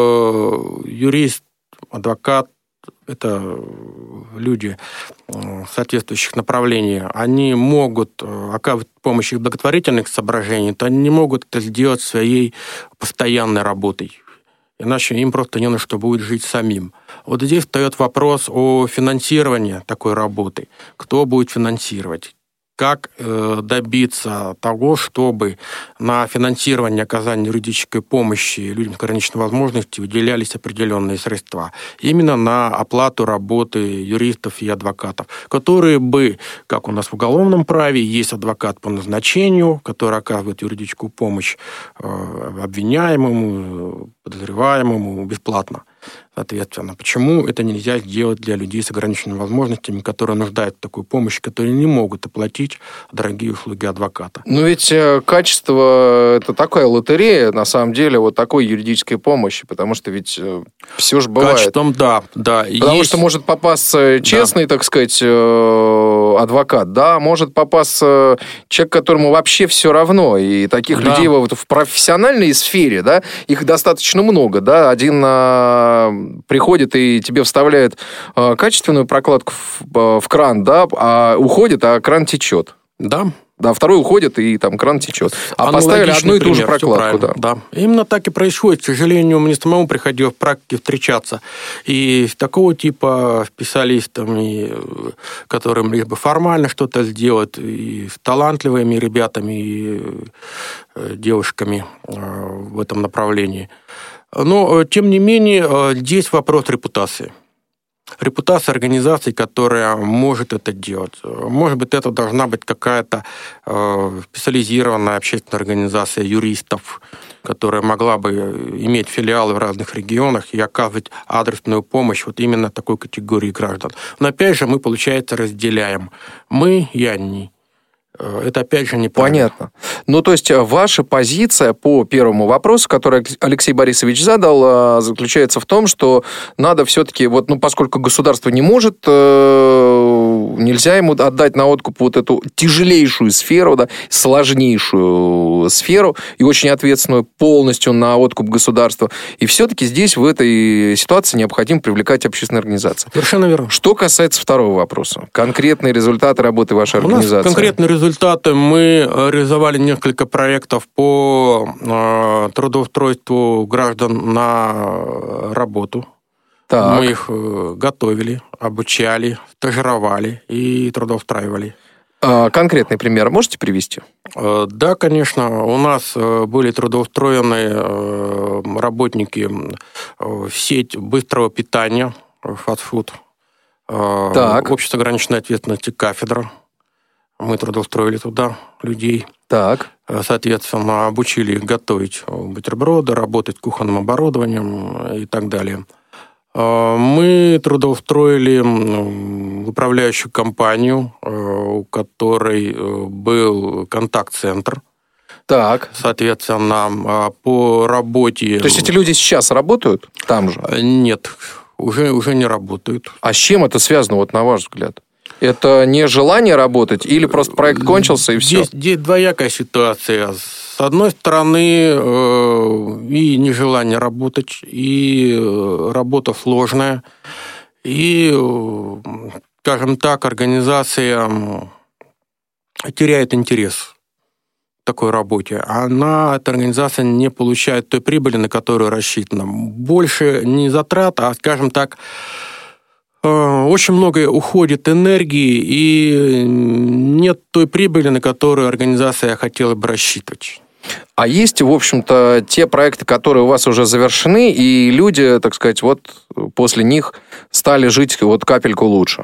юрист, адвокат, это люди соответствующих направлений, они могут оказывать помощь из благотворительных соображений, то они не могут это сделать своей постоянной работой. Иначе им просто не на что будет жить самим. Вот здесь встает вопрос о финансировании такой работы. Кто будет финансировать? Как добиться того, чтобы на финансирование оказания юридической помощи людям с ограниченной возможностью выделялись определенные средства. Именно на оплату работы юристов и адвокатов, которые бы, как у нас в уголовном праве, есть адвокат по назначению, который оказывает юридическую помощь обвиняемому, подозреваемому бесплатно. Соответственно, почему это нельзя сделать для людей с ограниченными возможностями, которые нуждаются в такой помощи, которые не могут оплатить дорогие услуги адвоката? Но ведь качество – это такая лотерея, на самом деле, вот такой юридической помощи, потому что ведь все же бывает. Качеством, да. Потому что может попасться честный, так сказать, адвокат, да, может попасться человек, которому вообще все равно, и таких людей вот в профессиональной сфере, да, их достаточно много, да, один приходит и тебе вставляет качественную прокладку в кран, да, а уходит, а кран течет. Да, Да, второй уходит, и там кран течет. А поставили одну и ту же прокладку. Да. Именно так и происходит. К сожалению, мне самому приходилось в практике встречаться и с такого типа специалистами, которым либо формально что-то сделать, и с талантливыми ребятами, и девушками в этом направлении. Но, тем не менее, здесь вопрос репутации. Репутация организации, которая может это делать. Может быть, это должна быть какая-то специализированная общественная организация юристов, которая могла бы иметь филиалы в разных регионах и оказывать адресную помощь вот именно такой категории граждан. Но опять же, мы, получается, разделяем. Мы и они. Это, опять же, неправильно. Понятно. Ну, то есть, ваша позиция по первому вопросу, который Алексей Борисович задал, заключается в том, что надо все-таки, вот, ну, поскольку государство не может, нельзя ему отдать на откуп вот эту тяжелейшую сферу, да, сложнейшую сферу и очень ответственную полностью на откуп государства. И все-таки здесь, в этой ситуации, необходимо привлекать общественные организации. Совершенно верно. Что касается второго вопроса. Конкретные результаты работы вашей организации. У нас конкретные результаты. Мы реализовали несколько проектов по трудоустройству граждан на работу. Так. Мы их готовили, обучали, стажировали и трудоустраивали. Конкретный пример можете привести? Да, конечно. У нас были трудоустроены работники в сеть быстрого питания, фастфуд, общество ограниченной ответственности «Кафедра». Мы трудоустроили туда людей. Так. Соответственно, обучили их готовить бутерброды, работать с кухонным оборудованием и так далее. Мы трудоустроили управляющую компанию, у которой был контакт-центр. Так. Соответственно, по работе... То есть эти люди сейчас работают там же? Нет, уже не работают. А с чем это связано, вот на ваш взгляд? Это не желание работать или просто проект кончился и все? Здесь двоякая ситуация. С одной стороны, и нежелание работать, и работа сложная, и, скажем так, организация теряет интерес к такой работе. Эта организация не получает той прибыли, на которую рассчитана. Больше не затрат, а, скажем так, очень много уходит энергии, и нет той прибыли, на которую организация хотела бы рассчитывать. А есть, в общем-то, те проекты, которые у вас уже завершены, и люди, так сказать, вот после них стали жить вот капельку лучше?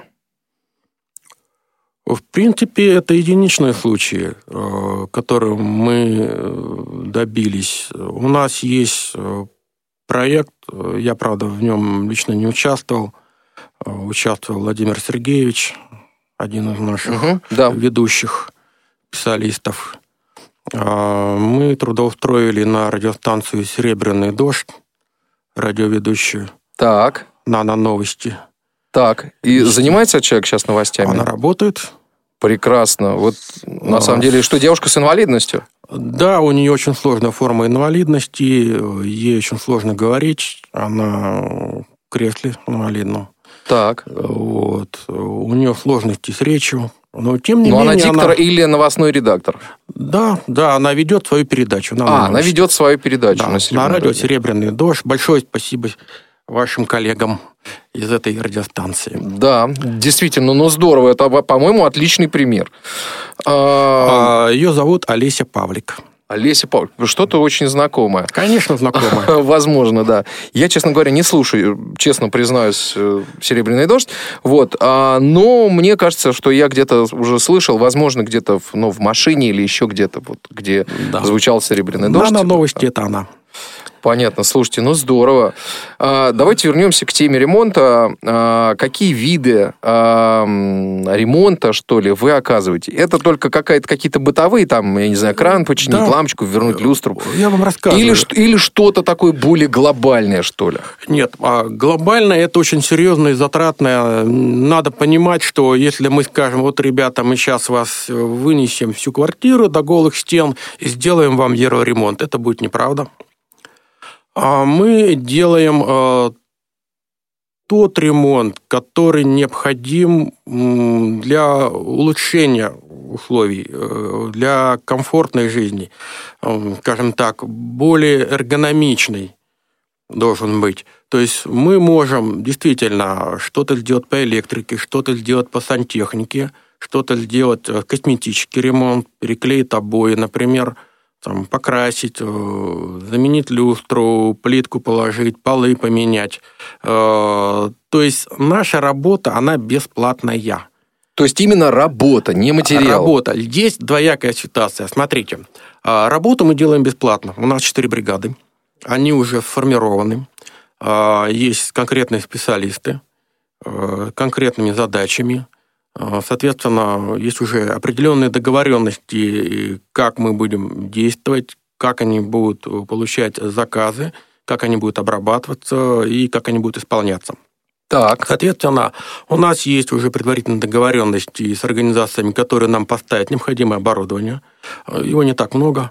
В принципе, это единичные случаи, которые мы добились. У нас есть проект, я, правда, в нем лично не участвовал, участвовал Владимир Сергеевич, один из наших ведущих специалистов. Мы трудоустроили на радиостанцию «Серебряный дождь» радиоведущую. Так. «Нано-новости». Так. И занимается человек сейчас новостями? Она работает. Прекрасно. Вот на самом деле, что девушка с инвалидностью? Да, у нее очень сложная форма инвалидности, ей очень сложно говорить, она в кресле инвалидном. Так. Вот. У нее сложности с речью. Но, тем не менее, она диктор или новостной редактор? Да, она ведет свою передачу. Она ведет свою передачу на радио «Серебряный дождь». Большое спасибо вашим коллегам из этой радиостанции. Да, действительно, ну здорово. Это, по-моему, отличный пример. Ее зовут Олеся Павлик. Олеся Павлик. Что-то очень знакомое. Конечно, знакомое. Возможно, да. Я, честно говоря, не слушаю, честно признаюсь, «Серебряный дождь». Вот. Но мне кажется, что я где-то уже слышал, возможно, где-то в машине или еще где-то, вот, где звучал «Серебряный дождь». «Нано-новости» — это она. Понятно. Слушайте, здорово. Давайте вернемся к теме ремонта. Какие виды ремонта, что ли, вы оказываете? Это только какие-то бытовые, там, я не знаю, кран починить, лампочку, вернуть люстру? Я вам рассказываю. Или что-то такое более глобальное, что ли? Нет, глобальное – это очень серьезное и затратное. Надо понимать, что если мы скажем, вот, ребята, мы сейчас вас вынесем всю квартиру до голых стен и сделаем вам ремонт, это будет неправда. Мы делаем тот ремонт, который необходим для улучшения условий, для комфортной жизни, скажем так, более эргономичный должен быть. То есть мы можем действительно что-то сделать по электрике, что-то сделать по сантехнике, что-то сделать косметический ремонт, переклеить обои, например, там, покрасить, заменить люстру, плитку положить, полы поменять. То есть наша работа, она бесплатная. То есть именно работа, не материал. Работа. Здесь двоякая ситуация. Смотрите, работу мы делаем бесплатно. У нас 4 бригады. Они уже сформированы. Есть конкретные специалисты, конкретными задачами. Соответственно, есть уже определенные договоренности, как мы будем действовать, как они будут получать заказы, как они будут обрабатываться и как они будут исполняться. Так. Соответственно, у нас есть уже предварительные договоренности с организациями, которые нам поставят необходимое оборудование. Его не так много.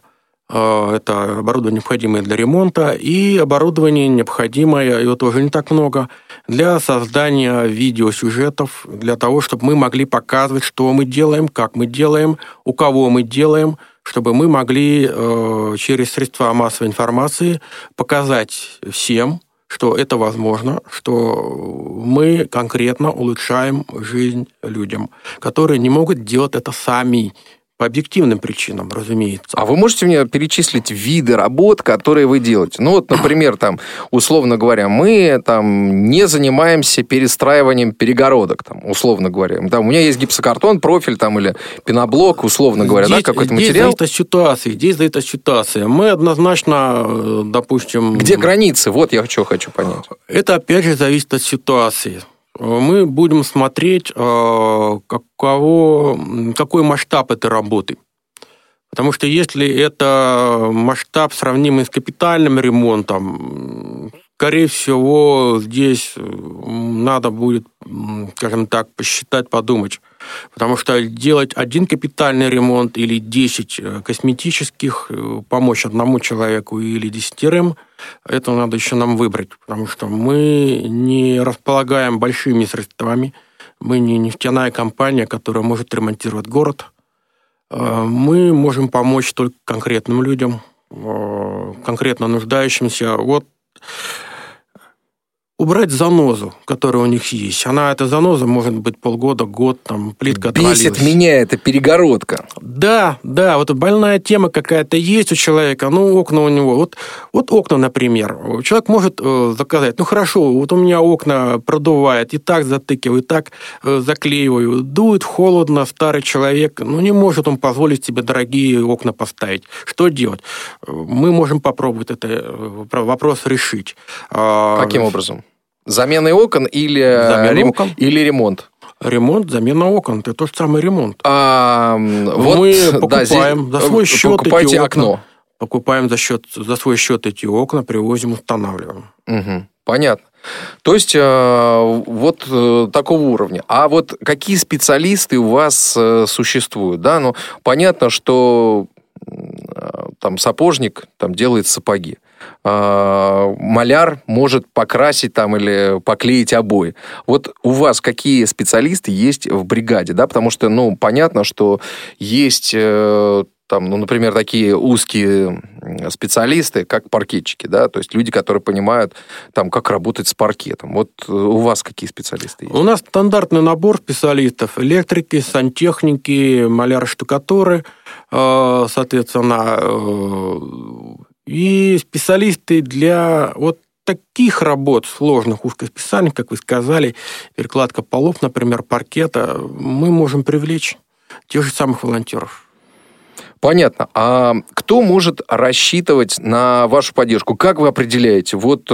Это оборудование, необходимое для ремонта, и оборудование, необходимое, его тоже не так много, для создания видеосюжетов, для того, чтобы мы могли показывать, что мы делаем, как мы делаем, у кого мы делаем, чтобы мы могли через средства массовой информации показать всем, что это возможно, что мы конкретно улучшаем жизнь людям, которые не могут делать это сами. По объективным причинам, разумеется. А вы можете мне перечислить виды работ, которые вы делаете? Ну, вот, например, там, условно говоря, мы там не занимаемся перестраиванием перегородок, там, условно говоря. Там, у меня есть гипсокартон, профиль там, или пеноблок, условно говоря, здесь, да, какой-то материал. Здесь зависит от ситуации. Мы однозначно, допустим... Где границы? Вот я хочу понять. Это, опять же, зависит от ситуации. Мы будем смотреть, какой масштаб этой работы. Потому что если это масштаб, сравнимый с капитальным ремонтом, скорее всего, здесь надо будет, скажем так, посчитать, подумать. Потому что делать один капитальный ремонт или 10 косметических, помочь одному человеку или 10, это надо еще нам выбрать. Потому что мы не располагаем большими средствами, мы не нефтяная компания, которая может ремонтировать город. Мы можем помочь только конкретным людям, конкретно нуждающимся. Вот убрать занозу, которая у них есть. Эта заноза может быть полгода, год, там, плитка отвалилась. Бесит меня эта перегородка. Да, вот больная тема какая-то есть у человека, окна у него. Вот окна, например. Человек может заказать, хорошо, вот у меня окна продувает, и так затыкиваю, и так заклеиваю. Дует холодно, старый человек, не может он позволить себе дорогие окна поставить. Что делать? Мы можем попробовать этот вопрос решить. Каким образом? Заменой окон или ремонт? Ремонт, замена окон. Это тот же самый ремонт. Мы покупаем за свой счет покупаете окно. Покупаем за свой счет эти окна, привозим, устанавливаем. Угу, понятно. То есть, вот такого уровня. А вот какие специалисты у вас существуют? Да? Понятно, что там сапожник делает сапоги. Маляр может покрасить или поклеить обои. Вот у вас какие специалисты есть в бригаде? Да? Потому что, понятно, что есть, например, такие узкие специалисты, как паркетчики, да? То есть люди, которые понимают, как работать с паркетом. Вот у вас какие специалисты есть? У нас стандартный набор специалистов: электрики, сантехники, маляры-штукатуры, соответственно, и специалисты для вот таких работ, сложных, узкоспециальных, как вы сказали, перекладка полов, например, паркета, мы можем привлечь тех же самых волонтеров. Понятно. А кто может рассчитывать на вашу поддержку? Как вы определяете? Вот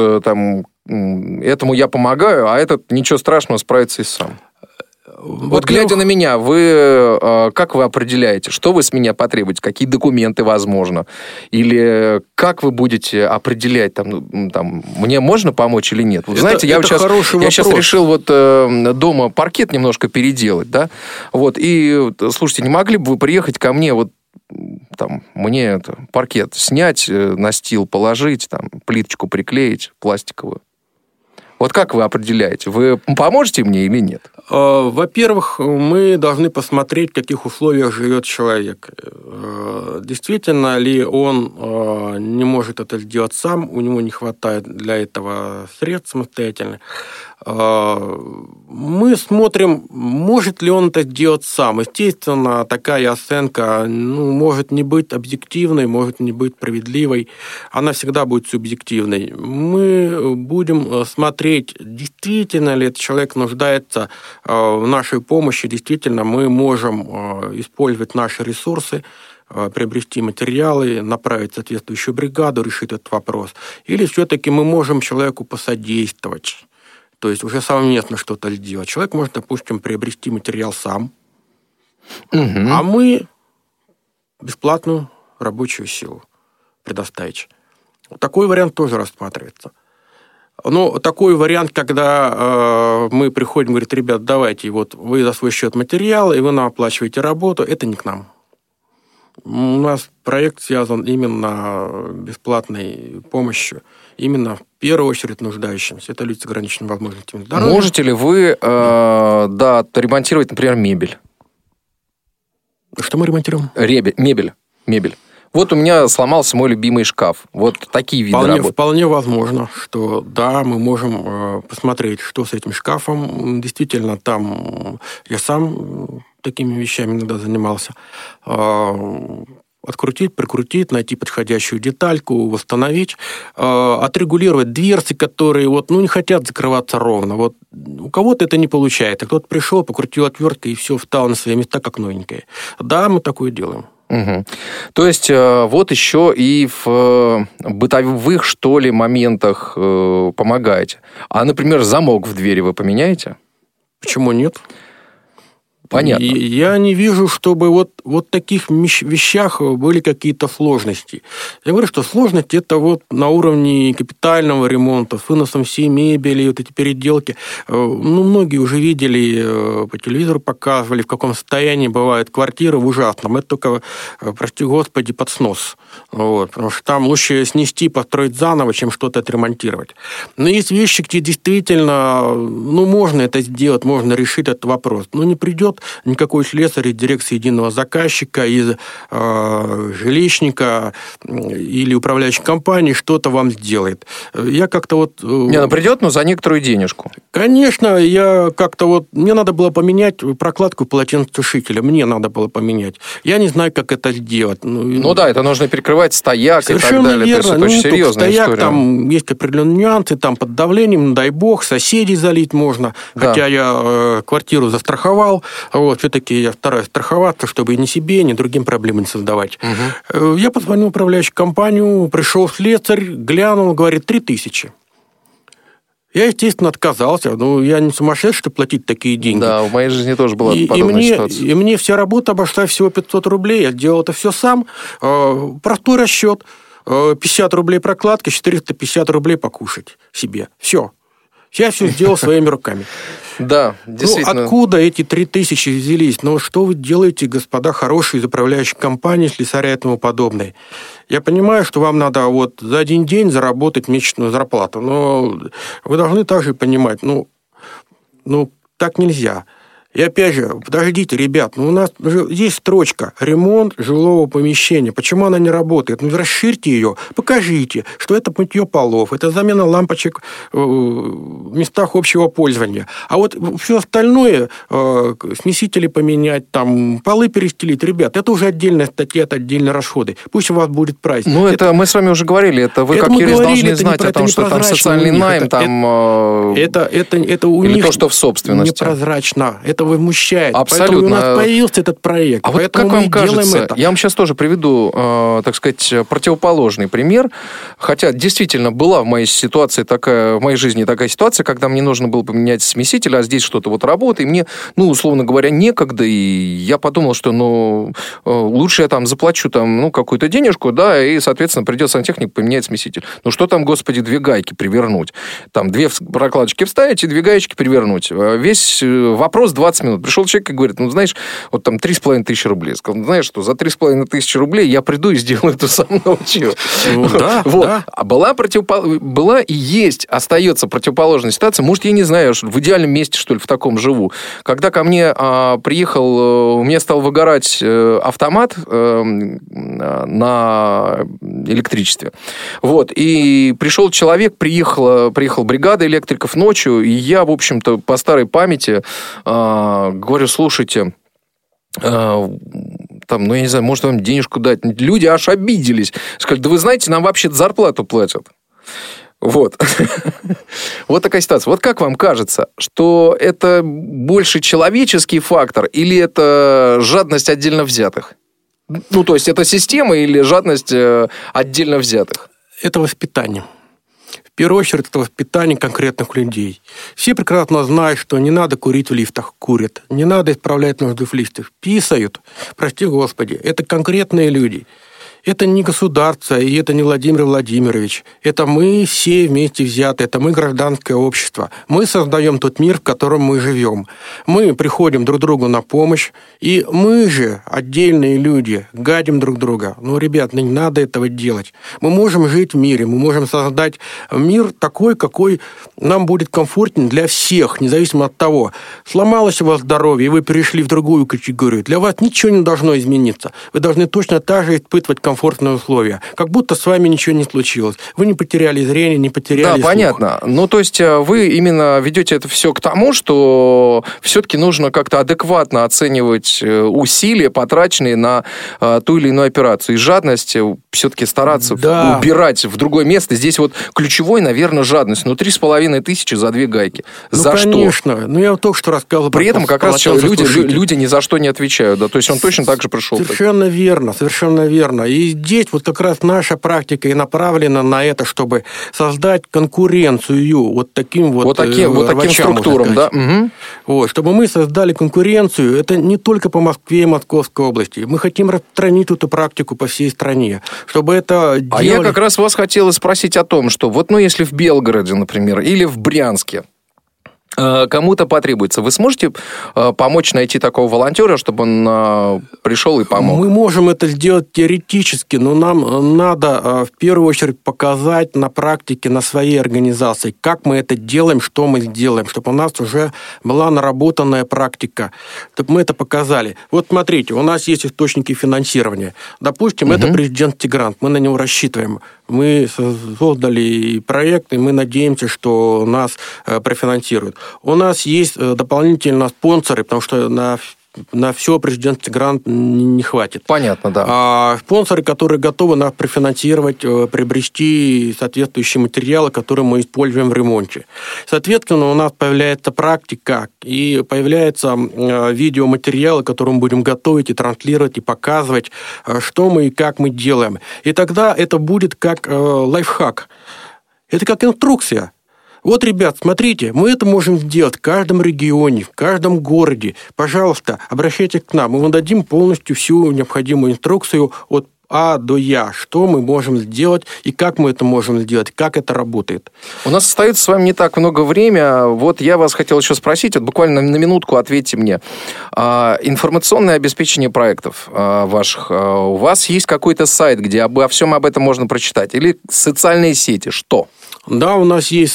этому я помогаю, а этот, ничего страшного, справится и сам. Вот глядя на меня, как вы определяете, что вы с меня потребуете, какие документы возможно? Или как вы будете определять, мне можно помочь или нет? Вот, знаете, я сейчас решил дома паркет немножко переделать, да? И, слушайте, не могли бы вы приехать ко мне, мне паркет снять, настил положить, плиточку приклеить пластиковую? Вот как вы определяете? Вы поможете мне или нет? Во-первых, мы должны посмотреть, в каких условиях живет человек. Действительно ли он не может это сделать сам, у него не хватает для этого средств самостоятельно. Мы смотрим, может ли он это сделать сам. Естественно, такая оценка может не быть объективной, может не быть справедливой. Она всегда будет субъективной. Мы будем смотреть, действительно ли этот человек нуждается в нашей помощи, действительно мы можем использовать наши ресурсы, приобрести материалы, направить соответствующую бригаду, решить этот вопрос. Или все-таки мы можем человеку посодействовать. То есть уже совместно что-то сделать. Человек может, допустим, приобрести материал сам, а мы бесплатную рабочую силу предоставить. Такой вариант тоже рассматривается. Но такой вариант, когда мы приходим, говорит, ребят, давайте, вот вы за свой счет материалы, и вы нам оплачиваете работу, это не к нам. У нас проект связан именно с бесплатной помощью, именно в первую очередь нуждающимся. Это люди с ограниченными возможностями здоровья. Можете ли вы ремонтировать, например, мебель? Что мы ремонтируем? Мебель. Вот у меня сломался мой любимый шкаф. Вот такие виды работ. Вполне возможно, что да, мы можем посмотреть, что с этим шкафом. Действительно, там я сам такими вещами иногда занимался. Открутить, прикрутить, найти подходящую детальку, восстановить, отрегулировать дверцы, которые не хотят закрываться ровно. Вот у кого-то это не получается. Кто-то пришел, покрутил отверткой, и все встало на свои места, как новенькое. Да, мы такое делаем. Угу. То есть, вот еще и в бытовых, что ли, моментах помогаете. А, например, замок в двери вы поменяете? Почему нет? Понятно. Я не вижу, чтобы вот в таких вещах были какие-то сложности. Я говорю, что сложность это на уровне капитального ремонта, с выносом всей мебели, эти переделки. Многие уже видели, по телевизору показывали, в каком состоянии бывает квартира в ужасном. Это только, прости господи, под снос. Потому что там лучше снести, построить заново, чем что-то отремонтировать. Но есть вещи, где действительно можно это сделать, можно решить этот вопрос. Но не придет никакой слесарь из дирекции единого заказчика, из жилищника или управляющей компании что-то вам сделает. Я как-то придет, но за некоторую денежку. Конечно, я как-то мне надо было поменять прокладку полотенцесушителя. Мне надо было поменять. Я не знаю, как это сделать. Да, это нужно перекрывать стояк и так далее. Верно. Это очень серьезная стояк, история. Там есть определенные нюансы, там под давлением, дай бог, соседей залить можно. Да. Хотя я квартиру застраховал. Все-таки я стараюсь страховаться, чтобы ни себе, ни другим проблем не создавать. Угу. Я позвонил в управляющую компанию, пришел слесарь, глянул, говорит, 3000. Я, естественно, отказался. Я не сумасшедший, чтобы платить такие деньги. Да, в моей жизни тоже была подобная ситуация. И мне вся работа обошла всего 500 рублей. Я делал это все сам. Простой расчет. 50 рублей прокладка, 450 рублей покушать себе. Все. Я все сделал своими руками. Да, действительно. Откуда эти 3000 взялись? Что вы делаете, господа хорошие из управляющих компаний, слесаря и тому подобное? Я понимаю, что вам надо за один день заработать месячную зарплату, но вы должны также понимать, так нельзя. И опять же, подождите, ребят, у нас есть строчка «Ремонт жилого помещения». Почему она не работает? Расширьте ее, покажите, что это мытье полов, это замена лампочек в местах общего пользования. А все остальное, смесители поменять, полы перестелить, ребят, это уже отдельная статья, это отдельные расходы. Пусть у вас будет прайс. Это мы с вами уже говорили, это вы как юрист должны знать о том, что там социальный найм, это у или них то, что в собственности. Непрозрачно. Это возмущает. Абсолютно. Поэтому у нас появился этот проект. А как вам кажется, я вам сейчас тоже приведу, так сказать, противоположный пример, хотя действительно была в моей жизни такая ситуация, когда мне нужно было поменять смеситель, а здесь что-то работает, и мне, условно говоря, некогда, и я подумал, что, лучше я заплачу какую-то денежку, да, и, соответственно, придет сантехник поменять смеситель. Что там, господи, 2 гайки привернуть? 2 прокладочки вставить и 2 гаечки привернуть. Весь вопрос 20 20 минут. Пришел человек и говорит, знаешь, вот там 3500 рублей. Сказал, знаешь что, за 3500 рублей я приду и сделаю эту самую научу. Да. А была и есть, остается противоположная ситуация. Может, я не знаю, в идеальном месте, что ли, в таком живу. Когда ко мне приехал, у меня стал выгорать автомат на электричестве. Вот. И пришел человек, приехала бригада электриков ночью, и я, в общем-то, по старой памяти говорю, слушайте, я не знаю, может, вам денежку дать. Люди аж обиделись. Сказали, да вы знаете, нам вообще зарплату платят. Вот. Вот такая ситуация. Вот как вам кажется, что это больше человеческий фактор или это жадность отдельно взятых? То есть, это система или жадность отдельно взятых? Это воспитание. В первую очередь, это воспитание конкретных людей. Все прекрасно знают, что не надо курить в лифтах. Курят. Не надо исправлять нужды в лифтах. Писают. Прости Господи. Это конкретные люди. Это не государство, и это не Владимир Владимирович. Это мы все вместе взяты, это мы гражданское общество. Мы создаем тот мир, в котором мы живем. Мы приходим друг другу на помощь, и мы же, отдельные люди, гадим друг друга. Ребят, не надо этого делать. Мы можем жить в мире, мы можем создать мир такой, какой нам будет комфортен для всех, независимо от того, сломалось у вас здоровье, и вы перешли в другую категорию. Для вас ничего не должно измениться. Вы должны точно так же испытывать комфортные условия. Как будто с вами ничего не случилось. Вы не потеряли зрение, не потеряли слух. Да, понятно. То есть, вы именно ведете это все к тому, что все-таки нужно как-то адекватно оценивать усилия, потраченные на ту или иную операцию. И жадность все-таки стараться убирать в другое место. Здесь вот ключевой, наверное, жадность. 3500 за 2 гайки. За конечно. что? Я вот только что рассказывал. При этом как раз люди ни за что не отвечают. Да? То есть, он точно так же пришел. Совершенно верно. И здесь вот как раз наша практика и направлена на это, чтобы создать конкуренцию вот таким структурам, да? Угу. Вот, чтобы мы создали конкуренцию, это не только по Москве и Московской области. Мы хотим распространить эту практику по всей стране, чтобы это делали... А я как раз вас хотел спросить о том, что если в Белгороде, например, или в Брянске кому-то потребуется, вы сможете помочь найти такого волонтера, чтобы он пришел и помог? Мы можем это сделать теоретически, но нам надо в первую очередь показать на практике, на своей организации, как мы это делаем, что мы сделаем, чтобы у нас уже была наработанная практика, чтобы мы это показали. Вот смотрите, у нас есть источники финансирования. Допустим, это президентский грант, мы на него рассчитываем. Мы создали проект, и мы надеемся, что нас профинансируют. У нас есть дополнительно спонсоры, потому что на все президентский грант не хватит. Понятно, да. А спонсоры, которые готовы нас профинансировать, приобрести соответствующие материалы, которые мы используем в ремонте. Соответственно, у нас появляется практика, и появляются видеоматериалы, которые мы будем готовить и транслировать, и показывать, что мы и как мы делаем. И тогда это будет как лайфхак. Это как инструкция. Вот, ребят, смотрите, мы это можем сделать в каждом регионе, в каждом городе. Пожалуйста, обращайтесь к нам. Мы вам дадим полностью всю необходимую инструкцию от А до Я, что мы можем сделать и как мы это можем сделать, как это работает. У нас остается с вами не так много времени. Вот я вас хотел еще спросить, буквально на минутку ответьте мне. Информационное обеспечение проектов ваших. У вас есть какой-то сайт, где обо всем об этом можно прочитать? Или социальные сети? Что? Да, у нас есть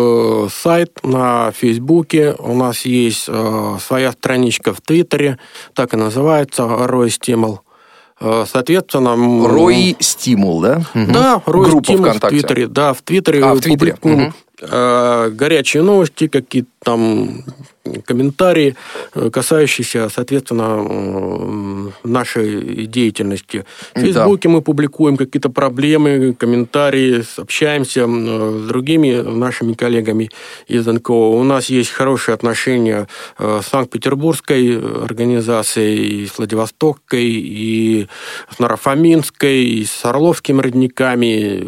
сайт на Фейсбуке, у нас есть своя страничка в Твиттере, так и называется, Рой Стимул. Соответственно... Рой Стимул, да? Да, Рой Группа Стимул ВКонтакте. в Твиттере. Да, в Твиттере публикуем горячие новости, какие-то там комментарии, касающиеся, соответственно, нашей деятельности. В Фейсбуке мы публикуем какие-то проблемы, комментарии, общаемся с другими нашими коллегами из НКО. У нас есть хорошие отношения с Санкт-Петербургской организацией, и с Владивостокской, и с Наро-Фоминской, и с Орловскими родниками.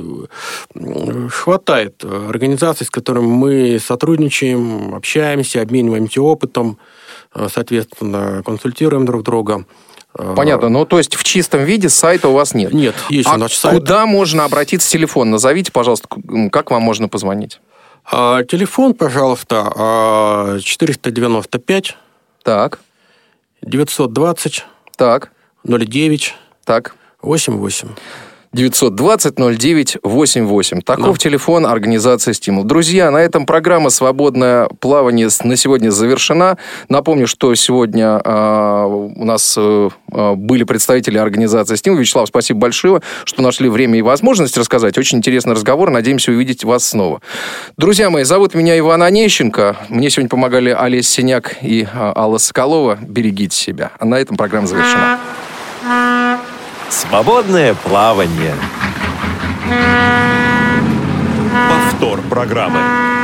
Хватает организаций, с которыми мы сотрудничаем, общаемся, обмениваемся опытом, соответственно, консультируем друг друга. Понятно. То есть в чистом виде сайта у вас нет? Нет, есть наш сайт. Куда можно обратиться? Телефон назовите, пожалуйста, как вам можно позвонить? Телефон, пожалуйста, 495 Так. 920 Так. 09 Так. 88. 920-09-88. Таков телефон организации «Стимул». Друзья, на этом программа «Свободное плавание» на сегодня завершена. Напомню, что сегодня у нас были представители организации «Стимул». Вячеслав, спасибо большое, что нашли время и возможность рассказать. Очень интересный разговор. Надеемся увидеть вас снова. Друзья мои, зовут меня Иван Онищенко. Мне сегодня помогали Олесь Синяк и Алла Соколова. Берегите себя. А на этом программа завершена. Свободное плавание. Повтор программы.